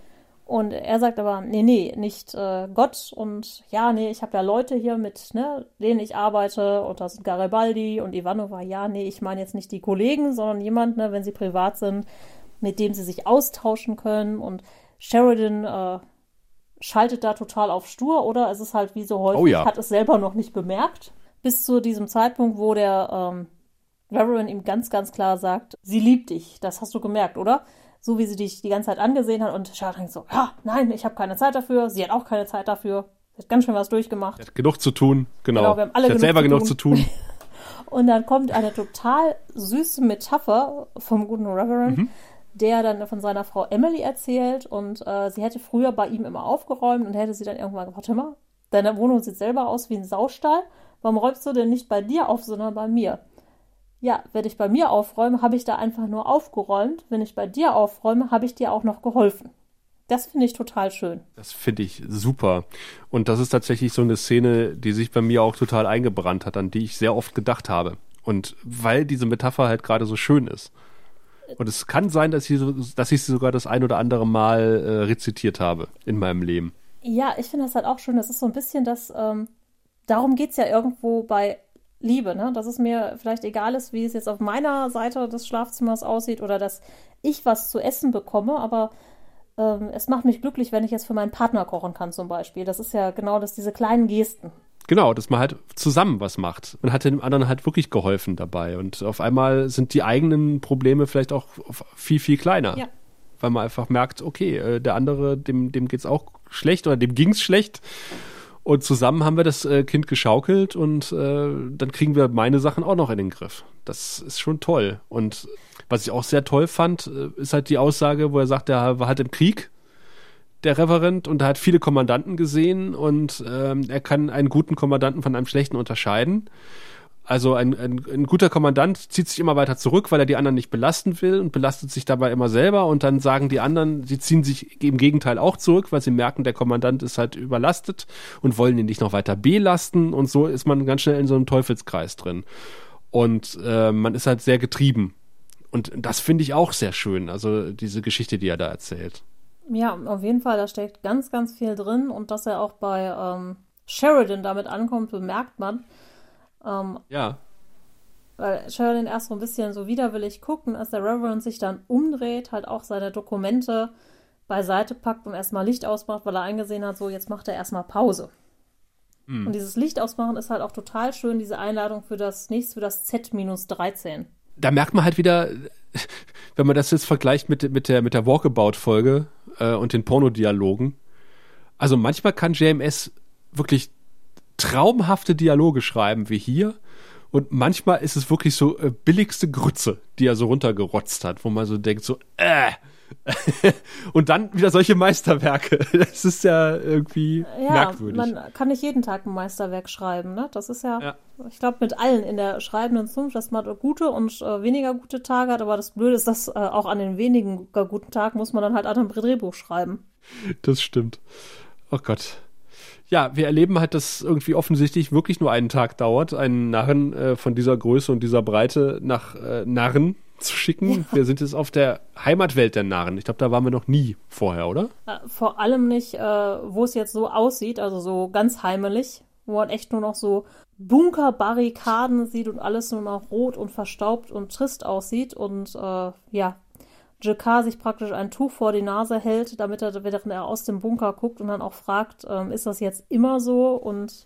C: Und er sagt aber, nee, nicht Gott. Und ja, nee, ich habe ja Leute hier mit, denen ich arbeite. Und das sind Garibaldi und Ivanova. Ja, nee, ich meine jetzt nicht die Kollegen, sondern jemand, wenn sie privat sind, mit dem sie sich austauschen können. Und Sheridan schaltet da total auf stur, oder? Es ist halt wie so häufig, hat es selber noch nicht bemerkt. Bis zu diesem Zeitpunkt, wo der Reverend ihm ganz, ganz klar sagt, sie liebt dich. Das hast du gemerkt, oder? So wie sie dich die ganze Zeit angesehen hat und Sheridan so, ja, nein, ich habe keine Zeit dafür. Sie hat auch keine Zeit dafür. Sie hat ganz schön was durchgemacht.
B: Sie hat genug zu tun, genau.
C: Wir haben alle
B: sie hat selber genug zu tun.
C: Und dann kommt eine total süße Metapher vom guten Reverend, der dann von seiner Frau Emily erzählt und sie hätte früher bei ihm immer aufgeräumt und hätte sie dann irgendwann gesagt, warte mal, deine Wohnung sieht selber aus wie ein Saustall. Warum räumst du denn nicht bei dir auf, sondern bei mir? Ja, wenn ich bei mir aufräume, habe ich da einfach nur aufgeräumt. Wenn ich bei dir aufräume, habe ich dir auch noch geholfen. Das finde ich total schön.
B: Das finde ich super. Und das ist tatsächlich so eine Szene, die sich bei mir auch total eingebrannt hat, an die ich sehr oft gedacht habe. Und weil diese Metapher halt gerade so schön ist. Und es kann sein, dass ich sie sogar das ein oder andere Mal rezitiert habe in meinem Leben.
C: Ja, ich finde das halt auch schön. Das ist so ein bisschen das, darum geht es ja irgendwo bei Liebe, dass es mir vielleicht egal ist, wie es jetzt auf meiner Seite des Schlafzimmers aussieht oder dass ich was zu essen bekomme, aber es macht mich glücklich, wenn ich jetzt für meinen Partner kochen kann zum Beispiel. Das ist ja genau diese kleinen Gesten.
B: Genau, dass man halt zusammen was macht. Man hat dem anderen halt wirklich geholfen dabei und auf einmal sind die eigenen Probleme vielleicht auch viel, viel kleiner. Ja. Weil man einfach merkt, okay, der andere, dem geht's auch schlecht oder dem ging's schlecht. Und zusammen haben wir das Kind geschaukelt und dann kriegen wir meine Sachen auch noch in den Griff. Das ist schon toll. Und was ich auch sehr toll fand, ist halt die Aussage, wo er sagt, er war halt im Krieg, der Reverend, und er hat viele Kommandanten gesehen und er kann einen guten Kommandanten von einem schlechten unterscheiden. Also ein guter Kommandant zieht sich immer weiter zurück, weil er die anderen nicht belasten will und belastet sich dabei immer selber. Und dann sagen die anderen, sie ziehen sich im Gegenteil auch zurück, weil sie merken, der Kommandant ist halt überlastet und wollen ihn nicht noch weiter belasten. Und so ist man ganz schnell in so einem Teufelskreis drin. Und man ist halt sehr getrieben. Und das finde ich auch sehr schön, also diese Geschichte, die er da erzählt.
C: Ja, auf jeden Fall, da steckt ganz, ganz viel drin und dass er auch bei Sheridan damit ankommt, bemerkt man.
B: Ja.
C: Weil Sheridan erst so ein bisschen so widerwillig guckt und als der Reverend sich dann umdreht, halt auch seine Dokumente beiseite packt und erstmal Licht ausmacht, weil er eingesehen hat, so jetzt macht er erstmal Pause. Und dieses Licht ausmachen ist halt auch total schön, diese Einladung für das nächste, für das Z-13.
B: Da merkt man halt wieder, wenn man das jetzt vergleicht mit der Walkabout-Folge und den Pornodialogen, also manchmal kann JMS wirklich traumhafte Dialoge schreiben wie hier und manchmal ist es wirklich so billigste Grütze, die er so runtergerotzt hat, wo man so denkt so, und dann wieder solche Meisterwerke. Das ist ja irgendwie merkwürdig.
C: Man kann nicht jeden Tag ein Meisterwerk schreiben, ne? Das ist ja. Ich glaube, mit allen in der schreibenden Zunft, dass man gute und weniger gute Tage hat, aber das Blöde ist, dass auch an den wenigen guten Tagen muss man dann halt an einem Drehbuch schreiben.
B: Das stimmt. Oh Gott. Ja, wir erleben halt, dass irgendwie offensichtlich wirklich nur einen Tag dauert, einen Narren von dieser Größe und dieser Breite nach Narren zu schicken. Ja. Wir sind jetzt auf der Heimatwelt der Narren. Ich glaube, da waren wir noch nie vorher, oder?
C: Vor allem nicht, wo es jetzt so aussieht, also so ganz heimelig, wo man echt nur noch so Bunkerbarrikaden sieht und alles nur noch rot und verstaubt und trist aussieht und G'Kar sich praktisch ein Tuch vor die Nase hält, damit er, während er aus dem Bunker guckt und dann auch fragt, ist das jetzt immer so? Und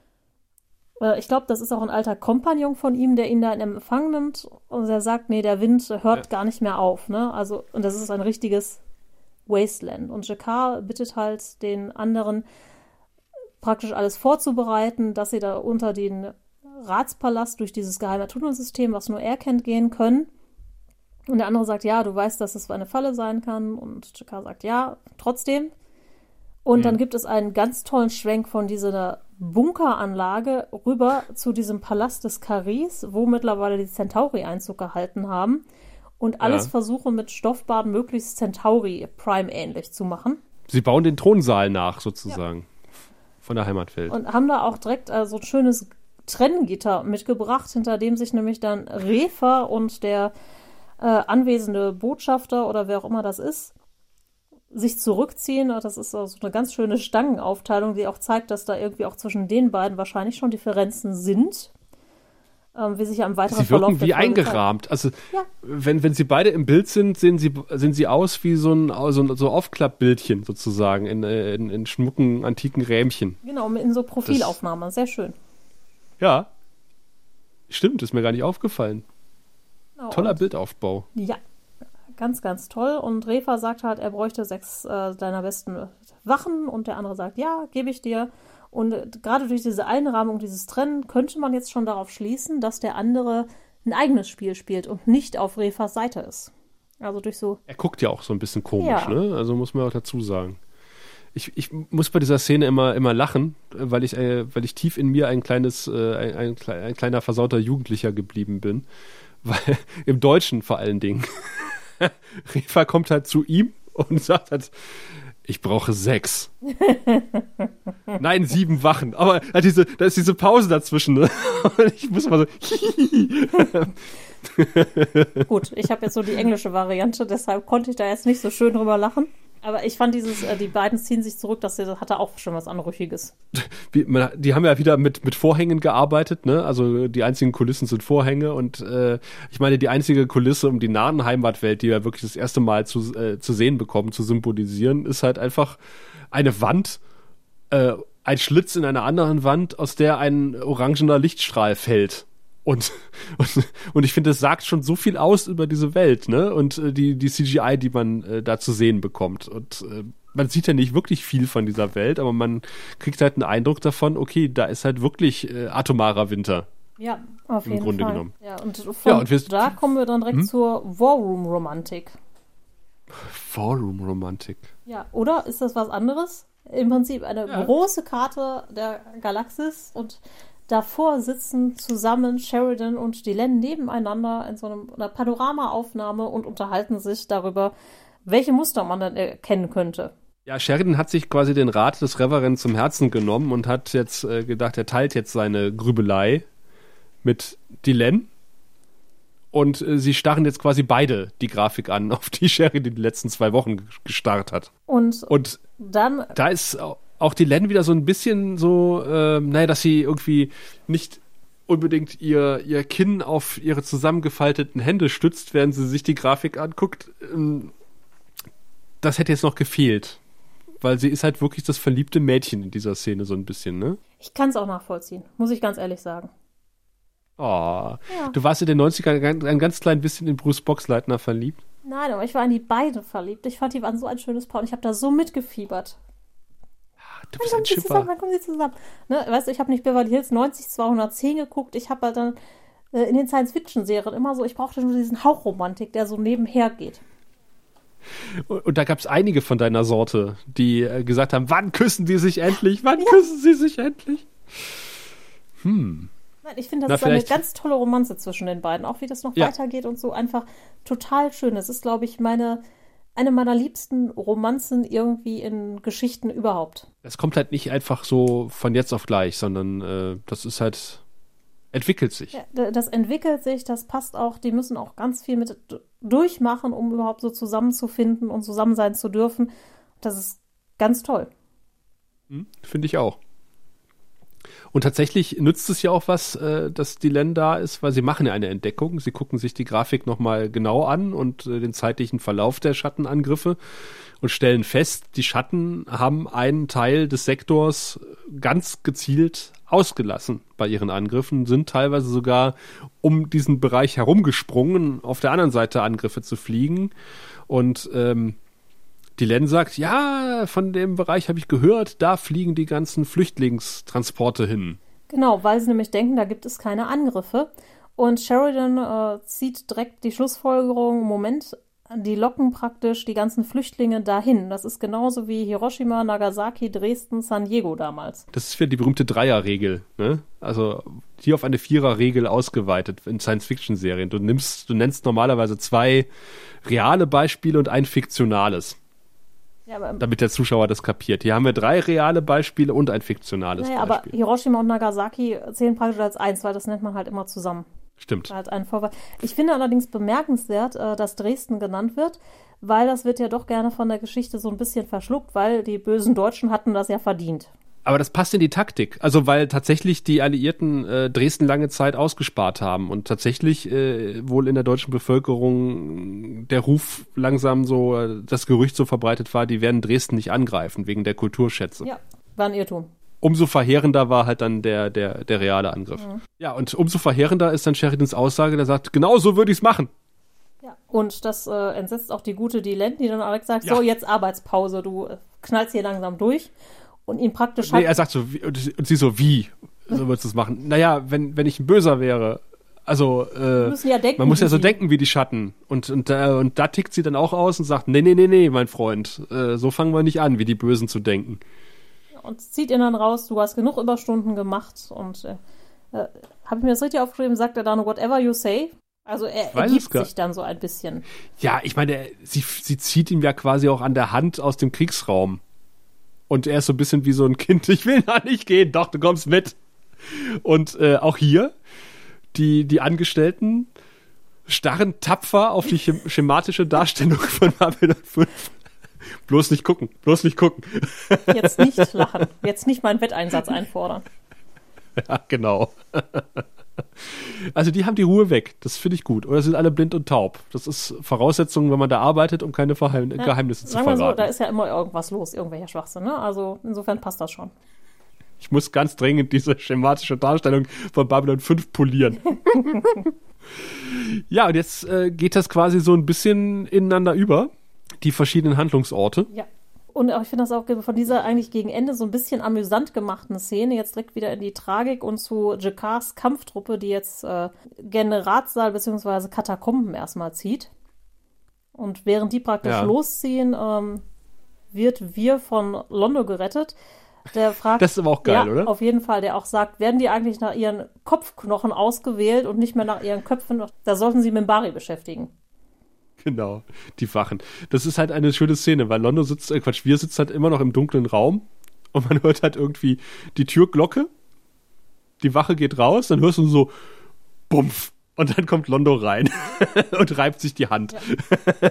C: ich glaube, das ist auch ein alter Kompagnon von ihm, der ihn da in Empfang nimmt und er sagt, nee, der Wind hört gar nicht mehr auf, ne? Also, und das ist ein richtiges Wasteland. Und G'Kar bittet halt den anderen, praktisch alles vorzubereiten, dass sie da unter den Ratspalast durch dieses geheime Tunnelsystem, was nur er kennt, gehen können. Und der andere sagt, ja, du weißt, dass es eine Falle sein kann. Und G'Kar sagt, ja, trotzdem. Und dann gibt es einen ganz tollen Schwenk von dieser Bunkeranlage rüber zu diesem Palast des Caris, wo mittlerweile die Centauri Einzug gehalten haben. Und alles versuchen mit Stoffbaden möglichst Centauri Prime-ähnlich zu machen.
B: Sie bauen den Thronsaal nach, sozusagen, von der Heimatwelt.
C: Und haben da auch direkt so ein schönes Trenngitter mitgebracht, hinter dem sich nämlich dann Refa und der anwesende Botschafter oder wer auch immer das ist, sich zurückziehen. Das ist so eine ganz schöne Stangenaufteilung, die auch zeigt, dass da irgendwie auch zwischen den beiden wahrscheinlich schon Differenzen sind. Wie sich ja im weiteren Verlauf
B: der Folge zeigt. Sie wirken wie eingerahmt. Also wenn sie beide im Bild sind, sehen sie aus wie so Aufklappbildchen sozusagen in schmucken, antiken Rähmchen.
C: Genau, in so Profilaufnahmen. Sehr schön.
B: Ja. Stimmt, ist mir gar nicht aufgefallen. Genau, toller Bildaufbau.
C: Ja, ganz, ganz toll. Und Refa sagt halt, er bräuchte 6 deiner besten Wachen und der andere sagt, ja, gebe ich dir. Und gerade durch diese Einrahmung, dieses Trennen, könnte man jetzt schon darauf schließen, dass der andere ein eigenes Spiel spielt und nicht auf Refas Seite ist. Also durch so...
B: Er guckt ja auch so ein bisschen komisch, ne? Also muss man auch dazu sagen. Ich muss bei dieser Szene immer lachen, weil ich tief in mir ein kleiner versauter Jugendlicher geblieben bin. Weil im Deutschen vor allen Dingen. Refa kommt halt zu ihm und sagt halt, ich brauche 6. Nein, 7 Wachen. Aber da ist diese Pause dazwischen. Ne? Und ich muss mal so.
C: Gut, ich habe jetzt so die englische Variante, deshalb konnte ich da jetzt nicht so schön drüber lachen. Aber ich fand die beiden ziehen sich zurück, das hatte auch schon was Anrüchiges.
B: Die haben ja wieder mit Vorhängen gearbeitet, ne? Also die einzigen Kulissen sind Vorhänge und ich meine, die einzige Kulisse um die Narrenheimatwelt, die wir wirklich das erste Mal zu sehen bekommen, zu symbolisieren, ist halt einfach eine Wand, ein Schlitz in einer anderen Wand, aus der ein orangener Lichtstrahl fällt. Und ich finde, das sagt schon so viel aus über diese Welt, ne? Und die CGI, die man da zu sehen bekommt. Und man sieht ja nicht wirklich viel von dieser Welt, aber man kriegt halt einen Eindruck davon, okay, da ist halt wirklich atomarer Winter.
C: Ja, auf jeden Fall.
B: Im Grunde genommen.
C: Ja, und da kommen wir dann direkt zur Warroom-Romantik.
B: Warroom-Romantik.
C: Ja, oder? Ist das was anderes? Im Prinzip eine große Karte der Galaxis und davor sitzen zusammen Sheridan und Delenn nebeneinander in so einer Panoramaaufnahme und unterhalten sich darüber, welche Muster man dann erkennen könnte.
B: Ja, Sheridan hat sich quasi den Rat des Reverends zum Herzen genommen und hat jetzt gedacht, er teilt jetzt seine Grübelei mit Delenn Und sie starren jetzt quasi beide die Grafik an, auf die Sheridan die letzten 2 Wochen gestarrt hat.
C: Und dann...
B: Da ist auch die Len wieder so ein bisschen so, dass sie irgendwie nicht unbedingt ihr Kinn auf ihre zusammengefalteten Hände stützt, während sie sich die Grafik anguckt. Das hätte jetzt noch gefehlt. Weil sie ist halt wirklich das verliebte Mädchen in dieser Szene so ein bisschen, ne?
C: Ich kann es auch nachvollziehen, muss ich ganz ehrlich sagen.
B: Oh,
C: ja.
B: Du warst in den 90ern ein ganz klein bisschen in Bruce Boxleitner verliebt?
C: Nein, aber ich war in die beiden verliebt. Ich fand, die waren so ein schönes Paar und ich habe da so mitgefiebert.
B: Du bist ein Schipper.
C: Wann kommen sie zusammen? Ne, weißt du, ich habe nicht Beverly Hills 90210 geguckt. Ich habe halt dann in den Science-Fiction-Serien immer so, ich brauchte nur diesen Hauch Romantik, der so nebenher geht.
B: Und da gab es einige von deiner Sorte, die gesagt haben, wann küssen die sich endlich? Wann küssen sie sich endlich?
C: Nein, ich finde, das ist eine ganz tolle Romanze zwischen den beiden. Auch wie das noch weitergeht und so, einfach total schön. Es ist, glaube ich, eine meiner liebsten Romanzen irgendwie in Geschichten überhaupt.
B: Es kommt halt nicht einfach so von jetzt auf gleich, sondern das ist halt, entwickelt sich.
C: Ja, das entwickelt sich, das passt auch. Die müssen auch ganz viel mit durchmachen, um überhaupt so zusammenzufinden und zusammen sein zu dürfen. Das ist ganz toll.
B: Finde ich auch. Und tatsächlich nützt es ja auch was, dass die Len da ist, weil sie machen ja eine Entdeckung. Sie gucken sich die Grafik nochmal genau an und den zeitlichen Verlauf der Schattenangriffe und stellen fest, die Schatten haben einen Teil des Sektors ganz gezielt ausgelassen bei ihren Angriffen, sind teilweise sogar um diesen Bereich herumgesprungen, auf der anderen Seite Angriffe zu fliegen. Und die Len sagt, ja, von dem Bereich habe ich gehört, da fliegen die ganzen Flüchtlingstransporte hin.
C: Genau, weil sie nämlich denken, da gibt es keine Angriffe. Und Sheridan zieht direkt die Schlussfolgerung, Moment, die locken praktisch die ganzen Flüchtlinge dahin. Das ist genauso wie Hiroshima, Nagasaki, Dresden, San Diego damals.
B: Das ist wieder die berühmte Dreierregel, ne? Also hier auf eine Viererregel ausgeweitet in Science-Fiction-Serien. Du nennst normalerweise 2 reale Beispiele und ein fiktionales. Ja, damit der Zuschauer das kapiert. Hier haben wir 3 reale Beispiele und ein fiktionales Beispiel.
C: Aber Hiroshima und Nagasaki zählen praktisch als eins, weil das nennt man halt immer zusammen.
B: Stimmt.
C: Als einen Vorwahl. Ich finde allerdings bemerkenswert, dass Dresden genannt wird, weil das wird ja doch gerne von der Geschichte so ein bisschen verschluckt, weil die bösen Deutschen hatten das ja verdient.
B: Aber das passt in die Taktik. Also weil tatsächlich die Alliierten Dresden lange Zeit ausgespart haben und tatsächlich wohl in der deutschen Bevölkerung der Ruf langsam so, das Gerücht so verbreitet war, die werden Dresden nicht angreifen wegen der Kulturschätze.
C: Ja, war ein Irrtum.
B: Umso verheerender war halt dann der reale Angriff. Mhm. Ja, und umso verheerender ist dann Sheridans Aussage, der sagt, genau so würde ich es machen.
C: Ja, und das entsetzt auch die gute Len, die dann Alex sagt, so jetzt Arbeitspause, du knallst hier langsam durch. Und ihn praktisch
B: er sagt so, und sie so, wie? So würdest du es machen? Naja, wenn ich ein Böser wäre, also man muss ja so denken wie die Schatten. Und da tickt sie dann auch aus und sagt, nee, mein Freund, so fangen wir nicht an, wie die Bösen zu denken.
C: Und zieht ihn dann raus, du hast genug Überstunden gemacht und habe ich mir das richtig aufgeschrieben, sagt er dann, whatever you say. Also er ergibt sich dann so ein bisschen. Ja,
B: ich meine, sie zieht ihn ja quasi auch an der Hand aus dem Kriegsraum. Und er ist so ein bisschen wie so ein Kind, ich will da nicht gehen, doch, du kommst mit. Und auch hier, die Angestellten starren tapfer auf die schematische Darstellung von Babylon 5. Bloß nicht gucken.
C: Jetzt nicht lachen, jetzt nicht meinen Wetteinsatz einfordern.
B: Ja, genau. Also die haben die Ruhe weg, das finde ich gut. Oder sind alle blind und taub. Das ist Voraussetzung, wenn man da arbeitet, um keine Geheimnisse zu verraten. Sagen wir so,
C: da ist ja immer irgendwas los, irgendwelcher Schwachsinn, ne? Also insofern passt das schon.
B: Ich muss ganz dringend diese schematische Darstellung von Babylon 5 polieren. Ja, und jetzt geht das quasi so ein bisschen ineinander über, die verschiedenen Handlungsorte.
C: Ja. Und ich finde das auch von dieser eigentlich gegen Ende so ein bisschen amüsant gemachten Szene jetzt direkt wieder in die Tragik und zu G'Kars Kampftruppe, die jetzt Generatssaal bzw. Katakomben erstmal zieht. Und während die praktisch losziehen, wird Wir von Londo gerettet. Der fragt,
B: das ist aber auch geil, oder?
C: Auf jeden Fall, der auch sagt, werden die eigentlich nach ihren Kopfknochen ausgewählt und nicht mehr nach ihren Köpfen? Da sollten sie Minbari beschäftigen.
B: Genau, die Wachen. Das ist halt eine schöne Szene, weil Wir sitzt halt immer noch im dunklen Raum und man hört halt irgendwie die Türglocke, die Wache geht raus, dann hörst du so Bumpf, Und dann kommt Londo rein und reibt sich die Hand. Ja.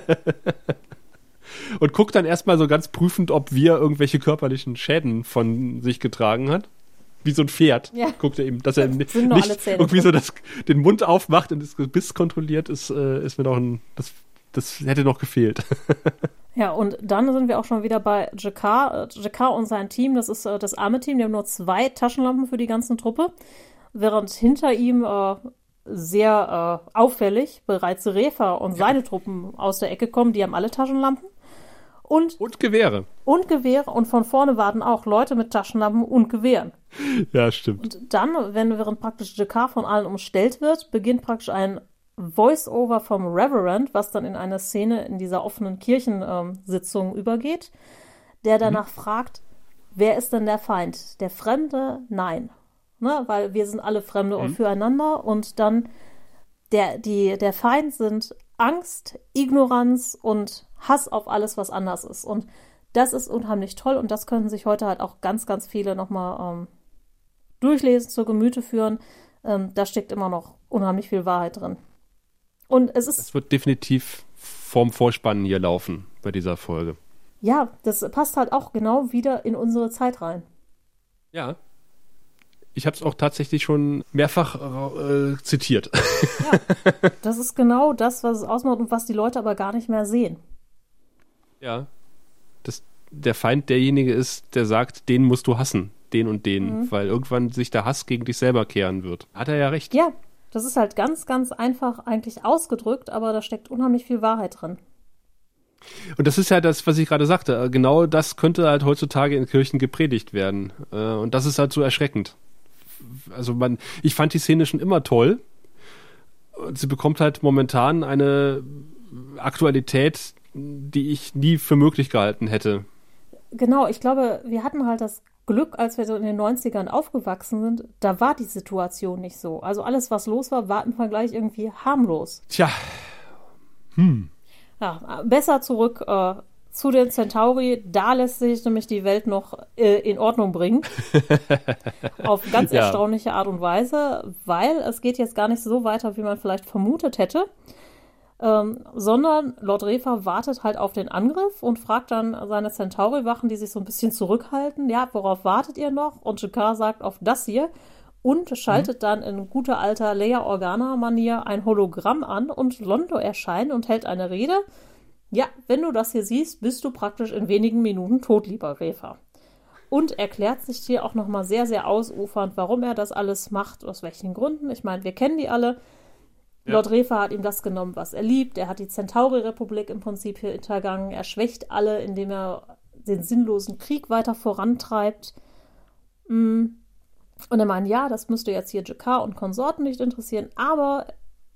B: Und guckt dann erstmal so ganz prüfend, ob wir irgendwelche körperlichen Schäden von sich getragen hat. Wie so ein Pferd. Ja. Guckt er eben, dass er nicht irgendwie so den Mund aufmacht und das Gebiss kontrolliert, ist mir noch das hätte noch gefehlt.
C: Ja, und dann sind wir auch schon wieder bei G'Kar. G'Kar und sein Team, das ist das arme Team, die haben nur 2 Taschenlampen für die ganze Truppe, während hinter ihm sehr auffällig bereits Refa und seine Truppen aus der Ecke kommen, die haben alle Taschenlampen. Und
B: Gewehre.
C: Und Gewehre. Und von vorne warten auch Leute mit Taschenlampen und Gewehren.
B: Ja, stimmt. Und
C: dann, während praktisch G'Kar von allen umstellt wird, beginnt praktisch ein Voice-Over vom Reverend, was dann in eine Szene in dieser offenen Kirchensitzung übergeht, der danach fragt, wer ist denn der Feind? Der Fremde? Nein. Ne? Weil wir sind alle Fremde und füreinander. Und dann der Feind sind Angst, Ignoranz und Hass auf alles, was anders ist. Und das ist unheimlich toll und das können sich heute halt auch ganz, ganz viele nochmal durchlesen, zu Gemüte führen. Da steckt immer noch unheimlich viel Wahrheit drin. Und es
B: wird definitiv vorm Vorspannen hier laufen bei dieser Folge.
C: Ja, das passt halt auch genau wieder in unsere Zeit rein.
B: Ja. Ich habe es auch tatsächlich schon mehrfach zitiert.
C: Ja, das ist genau das, was es ausmacht und was die Leute aber gar nicht mehr sehen.
B: Ja, dass der Feind derjenige ist, der sagt, den musst du hassen, den und den, weil irgendwann sich der Hass gegen dich selber kehren wird. Hat er ja recht.
C: Ja, das ist halt ganz, ganz einfach eigentlich ausgedrückt, aber da steckt unheimlich viel Wahrheit drin.
B: Und das ist ja das, was ich gerade sagte. Genau das könnte halt heutzutage in Kirchen gepredigt werden. Und das ist halt so erschreckend. Also ich fand die Szene schon immer toll. Und sie bekommt halt momentan eine Aktualität, die ich nie für möglich gehalten hätte.
C: Genau, ich glaube, wir hatten halt das Glück, als wir so in den 90ern aufgewachsen sind, da war die Situation nicht so. Also alles, was los war im Vergleich irgendwie harmlos.
B: Tja.
C: Ja, besser zurück zu den Centauri. Da lässt sich nämlich die Welt noch in Ordnung bringen. Auf ganz erstaunliche Art und Weise, weil es geht jetzt gar nicht so weiter, wie man vielleicht vermutet hätte. Sondern Lord Refa wartet halt auf den Angriff und fragt dann seine Centauri-Wachen, die sich so ein bisschen zurückhalten, ja, worauf wartet ihr noch? Und G'Kar sagt auf das hier und schaltet dann in guter alter Leia Organa-Manier ein Hologramm an und Londo erscheint und hält eine Rede. Ja, wenn du das hier siehst, bist du praktisch in wenigen Minuten tot, lieber Refa. Und erklärt sich hier auch nochmal sehr, sehr ausufernd, warum er das alles macht, aus welchen Gründen. Ich meine, wir kennen die alle. Ja. Lord Refa hat ihm das genommen, was er liebt. Er hat die Centauri-Republik im Prinzip hier hintergangen. Er schwächt alle, indem er den sinnlosen Krieg weiter vorantreibt. Und er meint, ja, das müsste jetzt hier G'Kar und Konsorten nicht interessieren, aber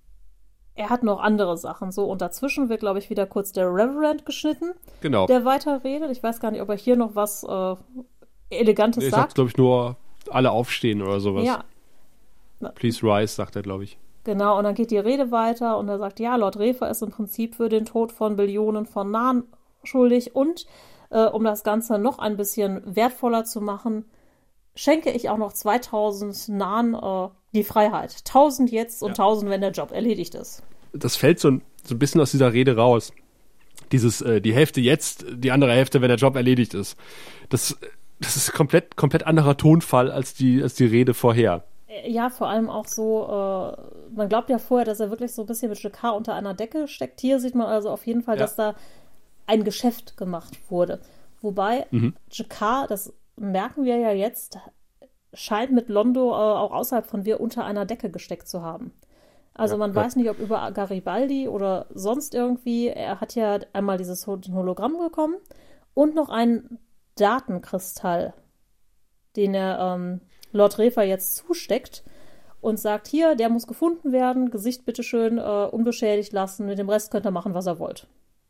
C: er hat noch andere Sachen. So, und dazwischen wird, glaube ich, wieder kurz der Reverend geschnitten,
B: genau,
C: der weiterredet. Ich weiß gar nicht, ob er hier noch was Elegantes sagt. Er sagt,
B: glaube ich, nur alle aufstehen oder sowas.
C: Ja.
B: Please rise, sagt er, glaube ich.
C: Genau, und dann geht die Rede weiter und er sagt, ja, Lord Refa ist im Prinzip für den Tod von Billionen von Narn schuldig und um das Ganze noch ein bisschen wertvoller zu machen, schenke ich auch noch 2000 Narn die Freiheit. 1000 jetzt und 1000, wenn der Job erledigt ist.
B: Das fällt so ein bisschen aus dieser Rede raus. Dieses, die Hälfte jetzt, die andere Hälfte, wenn der Job erledigt ist. Das ist komplett anderer Tonfall als die Rede vorher.
C: Ja, vor allem auch so, man glaubt ja vorher, dass er wirklich so ein bisschen mit G'Kar unter einer Decke steckt. Hier sieht man also auf jeden Fall, dass da ein Geschäft gemacht wurde. Wobei G'Kar, das merken wir ja jetzt, scheint mit Londo auch außerhalb von wir unter einer Decke gesteckt zu haben. Also man weiß nicht, ob über Garibaldi oder sonst irgendwie. Er hat ja einmal dieses Hologramm bekommen und noch einen Datenkristall, den er Lord Refa jetzt zusteckt und sagt, hier, der muss gefunden werden, Gesicht bitteschön unbeschädigt lassen, mit dem Rest könnt ihr machen, was ihr wollt.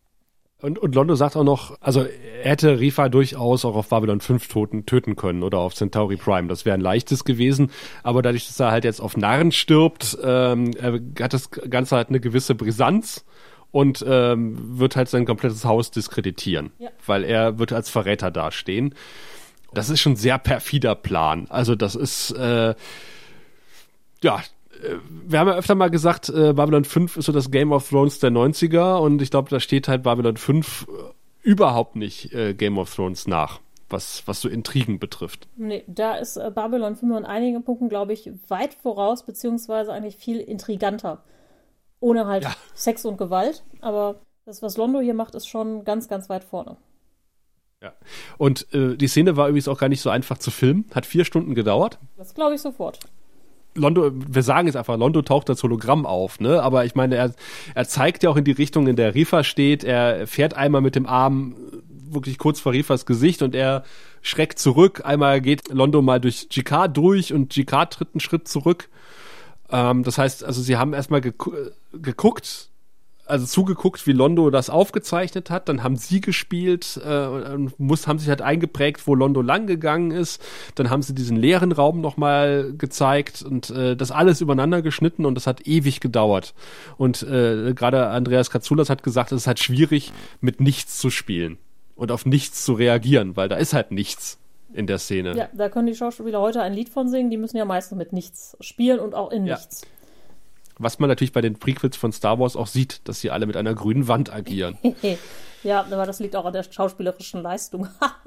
B: Und Londo sagt auch noch, also er hätte Refa durchaus auch auf Babylon 5 töten können oder auf Centauri Prime. Das wäre ein leichtes gewesen, aber dadurch, dass er halt jetzt auf Narren stirbt, hat das Ganze halt eine gewisse Brisanz und wird halt sein komplettes Haus diskreditieren, weil er wird als Verräter dastehen. Das ist schon ein sehr perfider Plan. Also das ist, wir haben ja öfter mal gesagt, Babylon 5 ist so das Game of Thrones der 90er und ich glaube, da steht halt Babylon 5 überhaupt nicht Game of Thrones nach, was so Intrigen betrifft.
C: Nee, da ist Babylon 5 in einigen Punkten, glaube ich, weit voraus, beziehungsweise eigentlich viel intriganter. Ohne halt Sex und Gewalt, aber das, was Londo hier macht, ist schon ganz, ganz weit vorne.
B: Ja. Und die Szene war übrigens auch gar nicht so einfach zu filmen, hat 4 Stunden gedauert.
C: Das glaube ich sofort.
B: Londo, wir sagen jetzt einfach, Londo taucht als Hologramm auf, ne? Aber ich meine, er zeigt ja auch in die Richtung, in der Refa steht. Er fährt einmal mit dem Arm wirklich kurz vor Refas Gesicht und er schreckt zurück. Einmal geht Londo mal durch G'Kar durch und G'Kar tritt einen Schritt zurück. Das heißt, also sie haben erstmal geguckt, also zugeguckt, wie Londo das aufgezeichnet hat, dann haben sie gespielt und haben sich halt eingeprägt, wo Londo lang gegangen ist, dann haben sie diesen leeren Raum nochmal gezeigt und das alles übereinander geschnitten und das hat ewig gedauert. Und gerade Andreas Katsoulas hat gesagt, es ist halt schwierig, mit nichts zu spielen und auf nichts zu reagieren, weil da ist halt nichts in der Szene.
C: Ja, da können die Schauspieler heute ein Lied von singen, die müssen ja meistens mit nichts spielen und auch in nichts.
B: Was man natürlich bei den Prequels von Star Wars auch sieht, dass sie alle mit einer grünen Wand agieren.
C: Ja, aber das liegt auch an der schauspielerischen Leistung.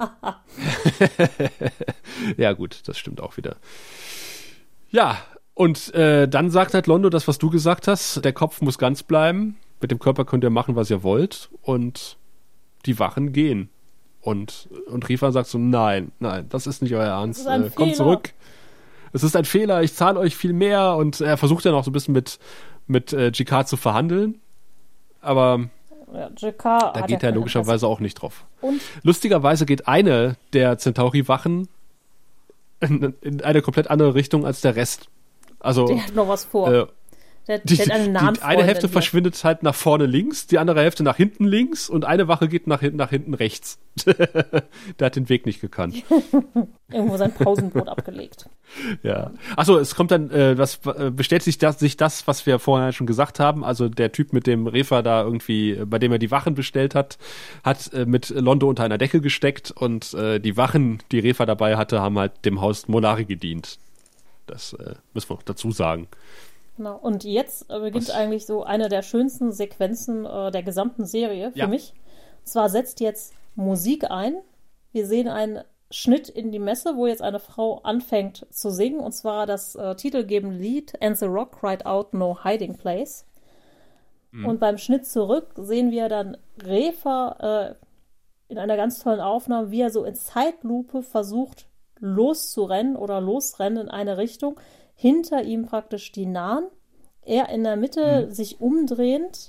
B: Ja gut, das stimmt auch wieder. Ja, und dann sagt halt Londo das, was du gesagt hast, der Kopf muss ganz bleiben, mit dem Körper könnt ihr machen, was ihr wollt und die Wachen gehen. Und Refa sagt so, nein, das ist nicht euer Ernst, kommt zurück. Es ist ein Fehler, ich zahle euch viel mehr und er versucht ja noch so ein bisschen mit G'Kar zu verhandeln, aber
C: G'Kar
B: da geht er logischerweise auch nicht drauf. Und? Lustigerweise geht eine der Centauri-Wachen in eine komplett andere Richtung als der Rest. Also,
C: der hat noch was vor.
B: Die eine Hälfte verschwindet halt nach vorne links, die andere Hälfte nach hinten links und eine Wache geht nach hinten rechts. Der hat den Weg nicht gekannt.
C: Irgendwo sein Pausenbrot abgelegt.
B: Ja. Achso, es kommt dann, bestätigt sich das, was wir vorher schon gesagt haben. Also der Typ mit dem Refa da irgendwie, bei dem er die Wachen bestellt hat mit Londo unter einer Decke gesteckt und die Wachen, die Refa dabei hatte, haben halt dem Haus Mollari gedient. Das müssen wir auch dazu sagen.
C: Genau. Und jetzt beginnt eigentlich so eine der schönsten Sequenzen der gesamten Serie für mich. Und zwar setzt jetzt Musik ein. Wir sehen einen Schnitt in die Messe, wo jetzt eine Frau anfängt zu singen. Und zwar das titelgebende Lied And the Rock Cried Out No Hiding Place. Und beim Schnitt zurück sehen wir dann Refa in einer ganz tollen Aufnahme, wie er so in Zeitlupe versucht loszurennen oder losrennen in eine Richtung. Hinter ihm praktisch die Nahen, er in der Mitte sich umdrehend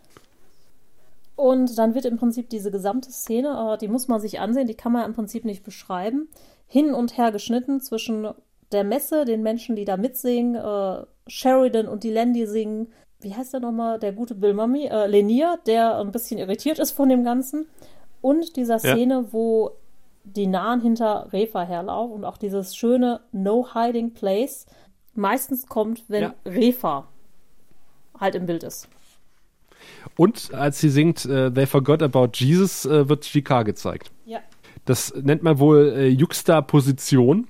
C: und dann wird im Prinzip diese gesamte Szene, die muss man sich ansehen, die kann man im Prinzip nicht beschreiben, hin und her geschnitten zwischen der Messe, den Menschen, die da mitsingen, Sheridan und die Landy singen, wie heißt der nochmal, der gute Bill Mummy, Lanier, der ein bisschen irritiert ist von dem Ganzen und dieser Szene, wo die Nahen hinter Refa herlaufen und auch dieses schöne No Hiding Place meistens kommt, wenn Refa halt im Bild ist.
B: Und als sie singt They Forgot About Jesus, wird G'Kar gezeigt. Ja. Das nennt man wohl Juxtaposition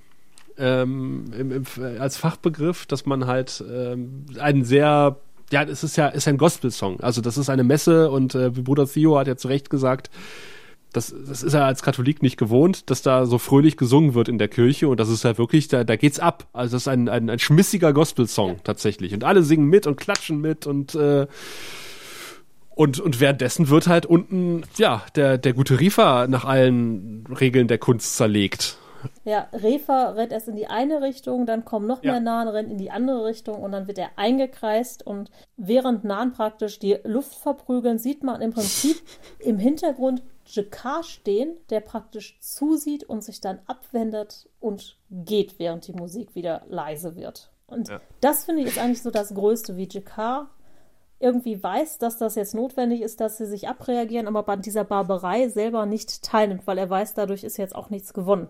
B: als Fachbegriff, dass man halt einen sehr, es ist ein Gospel-Song. Also das ist eine Messe und Bruder Theo hat ja zu Recht gesagt, das ist er als Katholik nicht gewohnt, dass da so fröhlich gesungen wird in der Kirche und das ist halt wirklich, da geht's ab. Also das ist ein schmissiger Gospel-Song tatsächlich und alle singen mit und klatschen mit und währenddessen wird halt unten, der gute Refa nach allen Regeln der Kunst zerlegt.
C: Ja, Refa rennt erst in die eine Richtung, dann kommen noch mehr Nahen, rennen in die andere Richtung und dann wird er eingekreist und während Nahen praktisch die Luft verprügeln, sieht man im Prinzip im Hintergrund G'Kar stehen, der praktisch zusieht und sich dann abwendet und geht, während die Musik wieder leise wird. Und das, finde ich, ist eigentlich so das Größte, wie G'Kar irgendwie weiß, dass das jetzt notwendig ist, dass sie sich abreagieren, aber bei dieser Barbarei selber nicht teilnimmt, weil er weiß, dadurch ist jetzt auch nichts gewonnen.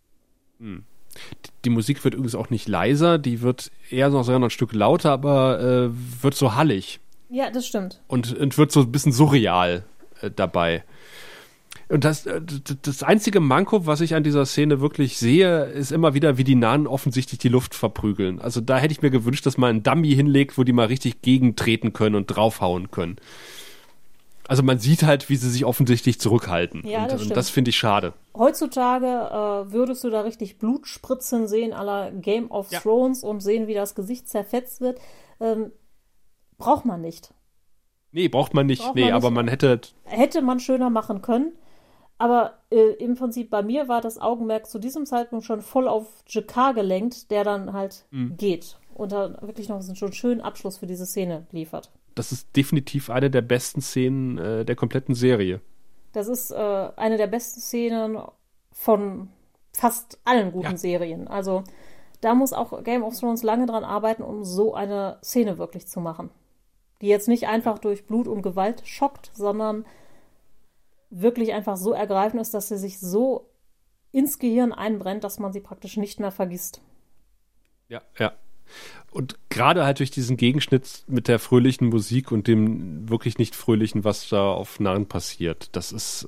B: Die Musik wird übrigens auch nicht leiser, die wird eher noch ein Stück lauter, aber wird so hallig.
C: Ja, das stimmt.
B: Und wird so ein bisschen surreal dabei. Und das einzige Manko, was ich an dieser Szene wirklich sehe, ist immer wieder, wie die Nahen offensichtlich die Luft verprügeln. Also da hätte ich mir gewünscht, dass man einen Dummy hinlegt, wo die mal richtig gegentreten können und draufhauen können. Also man sieht halt, wie sie sich offensichtlich zurückhalten.
C: Ja,
B: und das finde ich schade.
C: Heutzutage würdest du da richtig Blutspritzen sehen, à la Game of Thrones, und sehen, wie das Gesicht zerfetzt wird. Braucht man nicht.
B: Nee, braucht man nicht. Aber man hätte...
C: Hätte man schöner machen können. Aber im Prinzip bei mir war das Augenmerk zu diesem Zeitpunkt schon voll auf G'Kar gelenkt, der dann halt geht und dann wirklich noch so einen schönen Abschluss für diese Szene liefert.
B: Das ist definitiv eine der besten Szenen der kompletten Serie.
C: Das ist eine der besten Szenen von fast allen guten Serien. Also da muss auch Game of Thrones lange dran arbeiten, um so eine Szene wirklich zu machen. Die jetzt nicht einfach durch Blut und Gewalt schockt, sondern wirklich einfach so ergreifend ist, dass sie sich so ins Gehirn einbrennt, dass man sie praktisch nicht mehr vergisst.
B: Ja. Und gerade halt durch diesen Gegenschnitt mit der fröhlichen Musik und dem wirklich nicht fröhlichen, was da auf Narren passiert. Das ist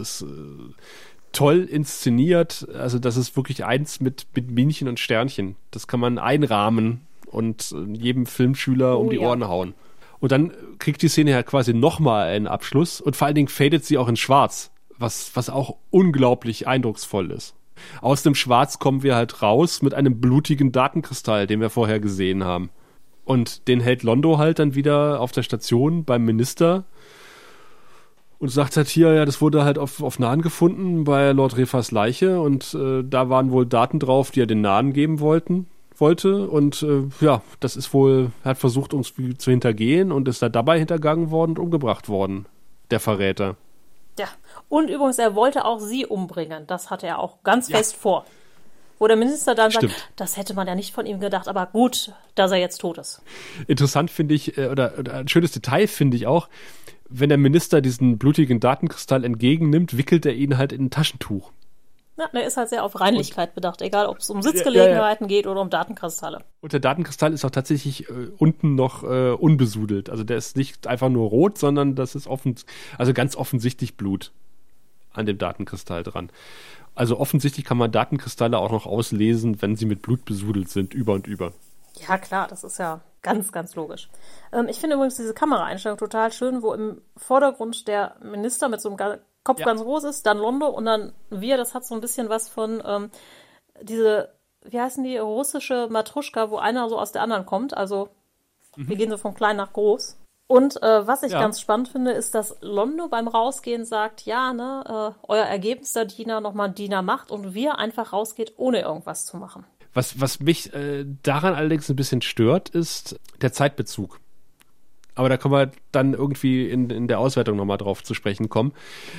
B: toll inszeniert. Also das ist wirklich eins mit Bienchen und Sternchen. Das kann man einrahmen und jedem Filmschüler um die Ohren hauen. Und dann kriegt die Szene ja quasi nochmal einen Abschluss und vor allen Dingen fadet sie auch in Schwarz, was auch unglaublich eindrucksvoll ist. Aus dem Schwarz kommen wir halt raus mit einem blutigen Datenkristall, den wir vorher gesehen haben. Und den hält Londo halt dann wieder auf der Station beim Minister und sagt halt hier, ja, das wurde halt auf Narn gefunden bei Lord Refas Leiche und da waren wohl Daten drauf, die er den Narn geben wollte und das ist wohl, er hat versucht, uns zu hintergehen und ist da dabei hintergangen worden und umgebracht worden, der Verräter.
C: Ja, und übrigens, er wollte auch sie umbringen, das hatte er auch ganz fest vor. Wo der Minister dann sagt, das hätte man ja nicht von ihm gedacht, aber gut, dass er jetzt tot ist.
B: Interessant finde ich, oder ein schönes Detail finde ich auch, wenn der Minister diesen blutigen Datenkristall entgegennimmt, wickelt er ihn halt in ein Taschentuch.
C: Ja, der ist halt sehr auf Reinlichkeit bedacht, egal ob es um Sitzgelegenheiten geht oder um Datenkristalle.
B: Und der Datenkristall ist auch tatsächlich unten noch unbesudelt. Also der ist nicht einfach nur rot, sondern das ist ganz offensichtlich Blut an dem Datenkristall dran. Also offensichtlich kann man Datenkristalle auch noch auslesen, wenn sie mit Blut besudelt sind, über und über.
C: Ja, klar, das ist ja ganz, ganz logisch. Ich finde übrigens diese Kameraeinstellung total schön, wo im Vordergrund der Minister mit so einem Kopf ganz groß ist, dann Londo und dann wir. Das hat so ein bisschen was von diese, wie heißen die, russische Matruschka, wo einer so aus der anderen kommt. Also wir gehen so von klein nach groß. Und was ich ganz spannend finde, ist, dass Londo beim Rausgehen sagt, euer ergebenster Diener nochmal einen Diener macht und wir einfach rausgeht, ohne irgendwas zu machen.
B: Was mich daran allerdings ein bisschen stört, ist der Zeitbezug. Aber da können wir dann irgendwie in der Auswertung nochmal drauf zu sprechen kommen.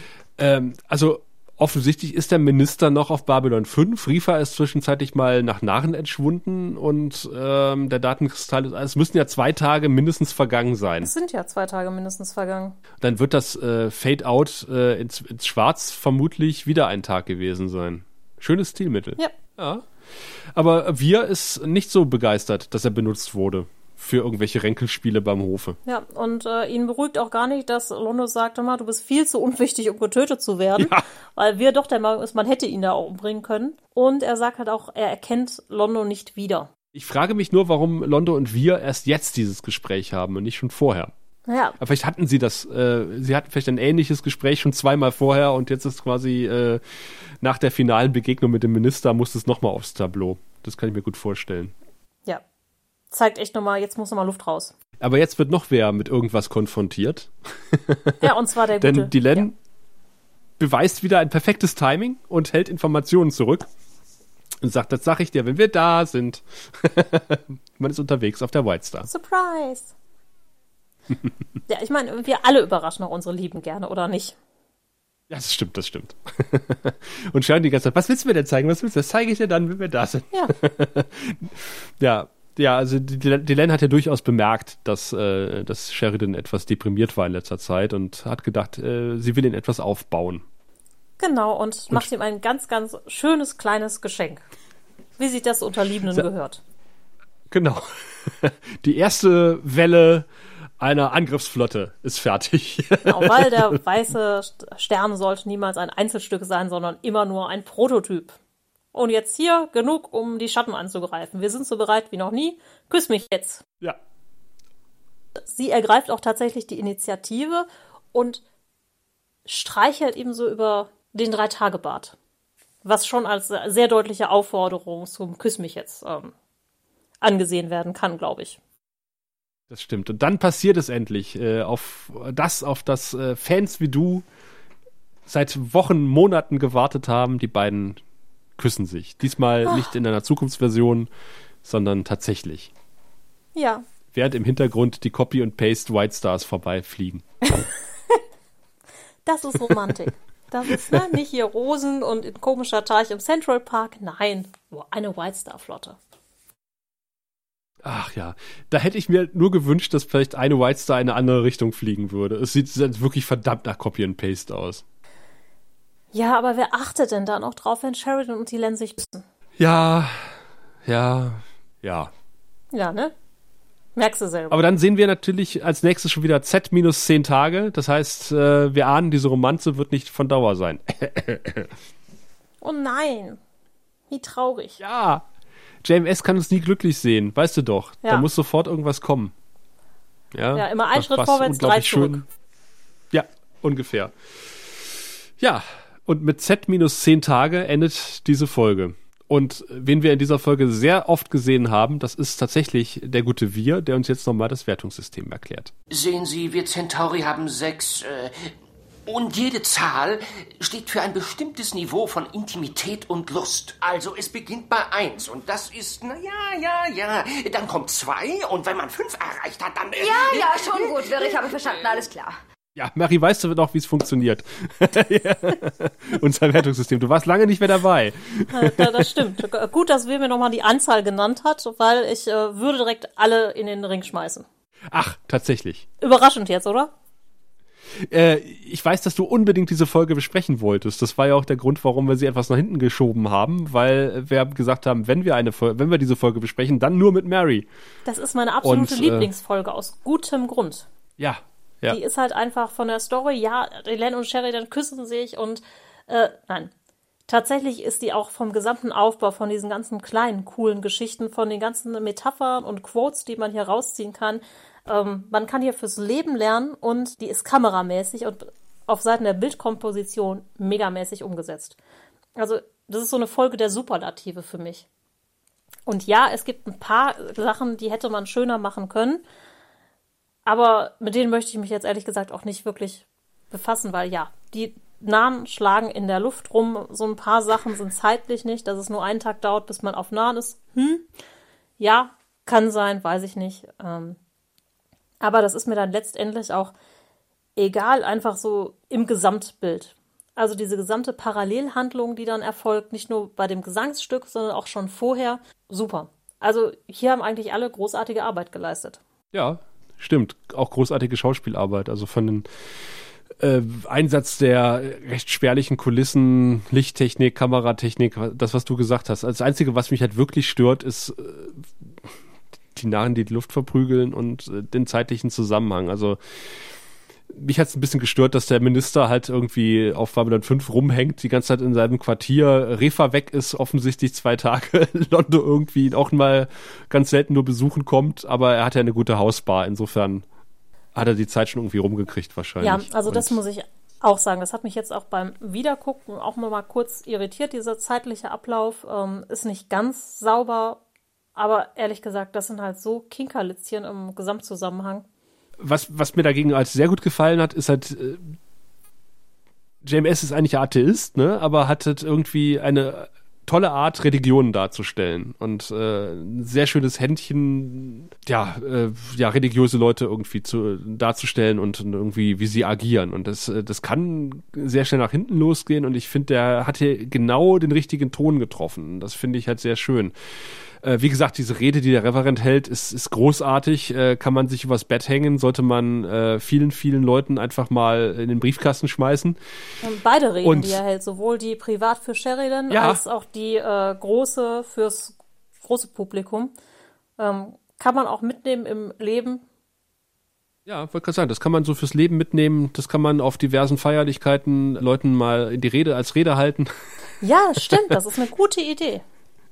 B: Also offensichtlich ist der Minister noch auf Babylon 5. Rifa ist zwischenzeitlich mal nach Narren entschwunden und der Datenkristall ist, es müssen ja 2 Tage mindestens vergangen sein.
C: Es sind ja 2 Tage mindestens vergangen.
B: Dann wird das Fade-Out ins Schwarz vermutlich wieder ein Tag gewesen sein. Schönes Stilmittel. Ja. Aber wir ist nicht so begeistert, dass er benutzt wurde für irgendwelche Ränkelspiele beim Hofe. Ja,
C: und ihn beruhigt auch gar nicht, dass Londo sagt, du bist viel zu unwichtig, um getötet zu werden, weil wir doch der Meinung ist, man hätte ihn da auch umbringen können. Und er sagt halt auch, er erkennt Londo nicht wieder.
B: Ich frage mich nur, warum Londo und wir erst jetzt dieses Gespräch haben und nicht schon vorher.
C: Ja.
B: Aber vielleicht hatten sie sie hatten vielleicht ein ähnliches Gespräch schon 2-mal vorher und jetzt ist quasi nach der finalen Begegnung mit dem Minister muss es nochmal aufs Tableau. Das kann ich mir gut vorstellen.
C: Ja. Zeigt echt nochmal, jetzt muss nochmal Luft raus.
B: Aber jetzt wird noch wer mit irgendwas konfrontiert.
C: Ja, und zwar der Gute.
B: Denn Delenn beweist wieder ein perfektes Timing und hält Informationen zurück und sagt, das sag ich dir, wenn wir da sind. Man ist unterwegs auf der White Star.
C: Surprise! Ja, ich meine, wir alle überraschen auch unsere Lieben gerne, oder nicht?
B: Ja, das stimmt. Und schauen die ganze Zeit, was willst du mir denn zeigen? Das zeige ich dir dann, wenn wir da sind.
C: Ja.
B: Ja, also Delenn hat ja durchaus bemerkt, dass Sheridan etwas deprimiert war in letzter Zeit und hat gedacht, sie will ihn etwas aufbauen.
C: Genau, und macht ihm ein ganz, ganz schönes kleines Geschenk. Wie sich das unter Liebenden gehört.
B: Genau. Die erste Welle einer Angriffsflotte ist fertig.
C: Genau, weil der weiße Stern sollte niemals ein Einzelstück sein, sondern immer nur ein Prototyp. Und jetzt hier genug, um die Schatten anzugreifen. Wir sind so bereit wie noch nie. Küss mich jetzt.
B: Ja.
C: Sie ergreift auch tatsächlich die Initiative und streichelt ihm so über den 3-Tage-Bart. Was schon als sehr deutliche Aufforderung zum Küss mich jetzt angesehen werden kann, glaube ich.
B: Das stimmt. Und dann passiert es endlich, auf das Fans wie du seit Wochen, Monaten gewartet haben. Die beiden küssen sich. Diesmal nicht in einer Zukunftsversion, sondern tatsächlich.
C: Ja.
B: Während im Hintergrund die Copy und Paste White Stars vorbeifliegen.
C: Das ist Romantik. Das ist nicht hier Rosen und ein komischer Teich im Central Park. Nein, eine White Star Flotte.
B: Ach ja, da hätte ich mir nur gewünscht, dass vielleicht eine White Star in eine andere Richtung fliegen würde. Es sieht wirklich verdammt nach Copy and Paste aus.
C: Ja, aber wer achtet denn da noch drauf, wenn Sheridan und Delenn sich küssen?
B: Ja.
C: Ja, ne? Merkst du selber.
B: Aber dann sehen wir natürlich als nächstes schon wieder Z minus 10 Tage. Das heißt, wir ahnen, diese Romanze wird nicht von Dauer sein.
C: Oh nein. Wie traurig.
B: Ja. JMS kann uns nie glücklich sehen, weißt du doch.
C: Ja.
B: Da muss sofort irgendwas kommen. Ja,
C: immer ein Schritt vorwärts, 3 zurück.
B: Ja, ungefähr. Ja, und mit Z minus 10 Tage endet diese Folge. Und wen wir in dieser Folge sehr oft gesehen haben, das ist tatsächlich der gute Wir, der uns jetzt nochmal das Wertungssystem erklärt.
D: Sehen Sie, wir Centauri haben 6, und jede Zahl steht für ein bestimmtes Niveau von Intimität und Lust. Also es beginnt bei 1 und das ist, ja. Dann kommt 2 und wenn man 5 erreicht hat, dann...
E: Ja, schon gut, ich habe verstanden, alles klar.
B: Ja, Mary, weißt du noch, wie es funktioniert? Unser Wertungssystem. Du warst lange nicht mehr dabei.
C: Ja, das stimmt. Gut, dass wir mir nochmal die Anzahl genannt hat, weil ich würde direkt alle in den Ring schmeißen.
B: Ach, tatsächlich.
C: Überraschend jetzt, oder?
B: Ich weiß, dass du unbedingt diese Folge besprechen wolltest. Das war ja auch der Grund, warum wir sie etwas nach hinten geschoben haben, weil wir gesagt haben, wenn wir diese Folge besprechen, dann nur mit Mary.
C: Das ist meine absolute Lieblingsfolge, aus gutem Grund.
B: Ja.
C: Die ist halt einfach von der Story, ja, Delenn und Sheridan küssen sich und nein. Tatsächlich ist die auch vom gesamten Aufbau, von diesen ganzen kleinen, coolen Geschichten, von den ganzen Metaphern und Quotes, die man hier rausziehen kann. Man kann hier fürs Leben lernen und die ist kameramäßig und auf Seiten der Bildkomposition megamäßig umgesetzt. Also das ist so eine Folge der Superlative für mich. Und ja, es gibt ein paar Sachen, die hätte man schöner machen können, aber mit denen möchte ich mich jetzt ehrlich gesagt auch nicht wirklich befassen, weil ja, die Nahen schlagen in der Luft rum. So ein paar Sachen sind zeitlich nicht, dass es nur einen Tag dauert, bis man auf Nahen ist. Ja, kann sein, weiß ich nicht. Aber das ist mir dann letztendlich auch egal, einfach so im Gesamtbild. Also diese gesamte Parallelhandlung, die dann erfolgt, nicht nur bei dem Gesangsstück, sondern auch schon vorher, super. Also hier haben eigentlich alle großartige Arbeit geleistet.
B: Ja, stimmt. Auch großartige Schauspielarbeit. Also von den Einsatz der recht spärlichen Kulissen, Lichttechnik, Kameratechnik, das, was du gesagt hast. Das Einzige, was mich halt wirklich stört, ist die Narren, die Luft verprügeln und den zeitlichen Zusammenhang. Also mich hat es ein bisschen gestört, dass der Minister halt irgendwie auf Babylon 5 rumhängt, die ganze Zeit in seinem Quartier. Refa weg ist, offensichtlich 2 Tage. London irgendwie auch mal ganz selten nur besuchen kommt, aber er hat ja eine gute Hausbar. Insofern hat er die Zeit schon irgendwie rumgekriegt wahrscheinlich.
C: Ja, also das muss ich auch sagen. Das hat mich jetzt auch beim Wiedergucken auch mal kurz irritiert. Dieser zeitliche Ablauf ist nicht ganz sauber, aber ehrlich gesagt, das sind halt so Kinkerlitzchen im Gesamtzusammenhang.
B: Was mir dagegen als sehr gut gefallen hat, ist halt, JMS ist eigentlich Atheist, ne, aber hat halt irgendwie eine tolle Art, Religionen darzustellen und ein sehr schönes Händchen, religiöse Leute irgendwie darzustellen und irgendwie, wie sie agieren. Und das kann sehr schnell nach hinten losgehen und ich finde, der hat hier genau den richtigen Ton getroffen. Das finde ich halt sehr schön. Wie gesagt, diese Rede, die der Reverend hält, ist großartig. Kann man sich übers Bett hängen, sollte man vielen, vielen Leuten einfach mal in den Briefkasten schmeißen.
C: Und beide Reden, die er hält, sowohl die privat für Sheridan als auch die große fürs große Publikum. kann man auch mitnehmen im Leben.
B: Ja, wollte gerade sagen, das kann man so fürs Leben mitnehmen, das kann man auf diversen Feierlichkeiten Leuten mal in die Rede als Rede halten.
C: Ja, stimmt, das ist eine gute Idee.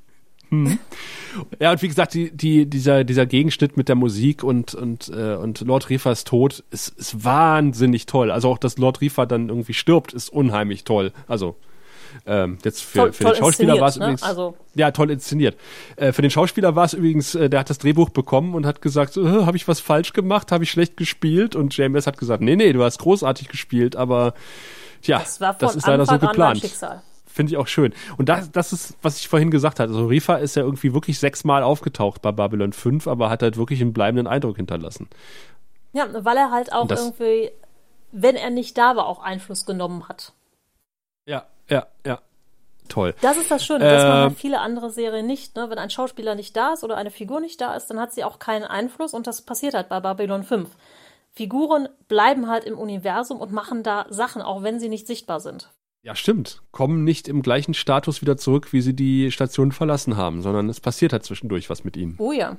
B: Ja, und wie gesagt, dieser Gegenschnitt mit der Musik und Lord Rifas Tod ist wahnsinnig toll. Also auch, dass Lord Rifa dann irgendwie stirbt, ist unheimlich toll. Also jetzt für den Schauspieler war es übrigens, ja, toll inszeniert. Für den Schauspieler war es übrigens, der hat das Drehbuch bekommen und hat gesagt, habe ich was falsch gemacht, habe ich schlecht gespielt? Und JMS hat gesagt, nee, du hast großartig gespielt, aber tja, das ist leider so geplant. Finde ich auch schön. Und das ist, was ich vorhin gesagt habe. Also Rifa ist ja irgendwie wirklich 6-mal aufgetaucht bei Babylon 5, aber hat halt wirklich einen bleibenden Eindruck hinterlassen.
C: Ja, weil er halt auch irgendwie, wenn er nicht da war, auch Einfluss genommen hat.
B: Ja. Toll.
C: Das ist das Schöne, dass man halt viele andere Serien nicht, ne? Wenn ein Schauspieler nicht da ist oder eine Figur nicht da ist, dann hat sie auch keinen Einfluss und das passiert halt bei Babylon 5. Figuren bleiben halt im Universum und machen da Sachen, auch wenn sie nicht sichtbar sind.
B: Ja, stimmt. Kommen nicht im gleichen Status wieder zurück, wie sie die Station verlassen haben, sondern es passiert halt zwischendurch was mit ihnen.
C: Oh ja.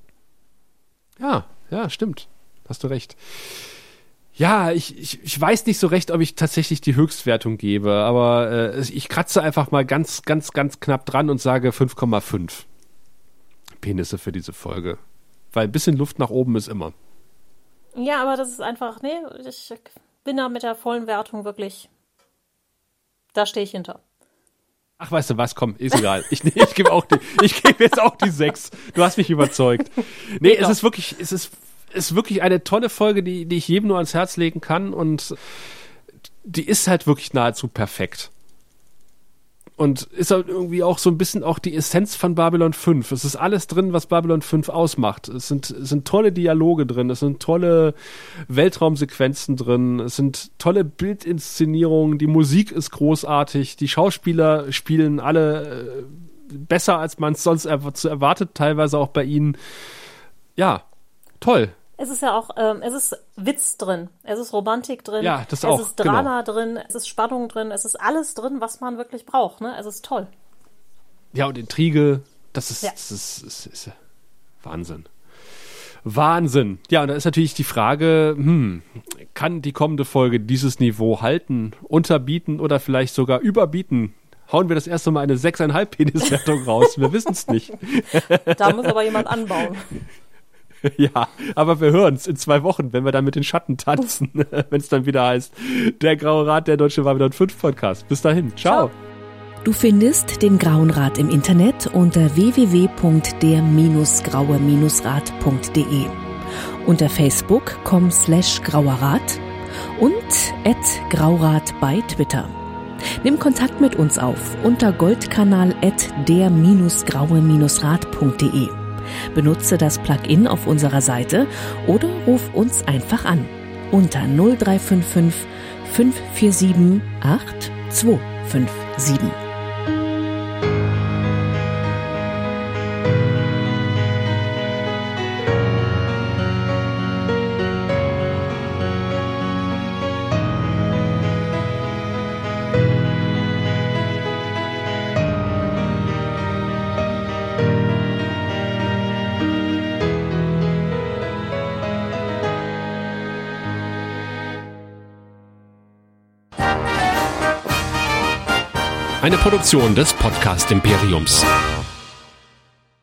B: Ja, stimmt. Hast du recht. Ja, ich weiß nicht so recht, ob ich tatsächlich die Höchstwertung gebe, aber ich kratze einfach mal ganz, ganz, ganz knapp dran und sage 5,5 Penisse für diese Folge. Weil ein bisschen Luft nach oben ist immer.
C: Ja, aber das ist einfach, ich bin da mit der vollen Wertung wirklich, da stehe ich hinter.
B: Ach, weißt du was, komm, ist egal. Ich gebe jetzt auch die 6. Du hast mich überzeugt. Nee, es ist wirklich eine tolle Folge, die ich jedem nur ans Herz legen kann und die ist halt wirklich nahezu perfekt. Und ist halt irgendwie auch so ein bisschen auch die Essenz von Babylon 5. Es ist alles drin, was Babylon 5 ausmacht. Es sind tolle Dialoge drin, es sind tolle Weltraumsequenzen drin, es sind tolle Bildinszenierungen, die Musik ist großartig, die Schauspieler spielen alle besser, als man es sonst erwartet, teilweise auch bei ihnen. Ja, toll.
C: Es ist ja auch, es ist Witz drin, es ist Romantik drin,
B: ja, das auch,
C: es ist Drama drin, es ist Spannung drin, es ist alles drin, was man wirklich braucht, ne? Es ist toll.
B: Ja, und Intrige, das ist Wahnsinn. Wahnsinn. Ja, und da ist natürlich die Frage, kann die kommende Folge dieses Niveau halten, unterbieten oder vielleicht sogar überbieten? Hauen wir das erste Mal eine 6,5 Peniswertung raus? Wir wissen es nicht.
C: Da muss aber jemand anbauen.
B: Ja, aber wir hören es in 2 Wochen, wenn wir dann mit den Schatten tanzen, wenn es dann wieder heißt, der Graue Rat, der Deutsche Babylon 5 Podcast. Bis dahin, ciao.
F: Du findest den Grauen Rat im Internet unter www.der-graue-rat.de, unter Facebook.com/grauerrat und @graurat bei Twitter. Nimm Kontakt mit uns auf unter goldkanal @der-graue-rat.de. Benutze das Plugin auf unserer Seite oder ruf uns einfach an unter 0355 547 8257.
G: Eine Produktion des Podcast Imperiums.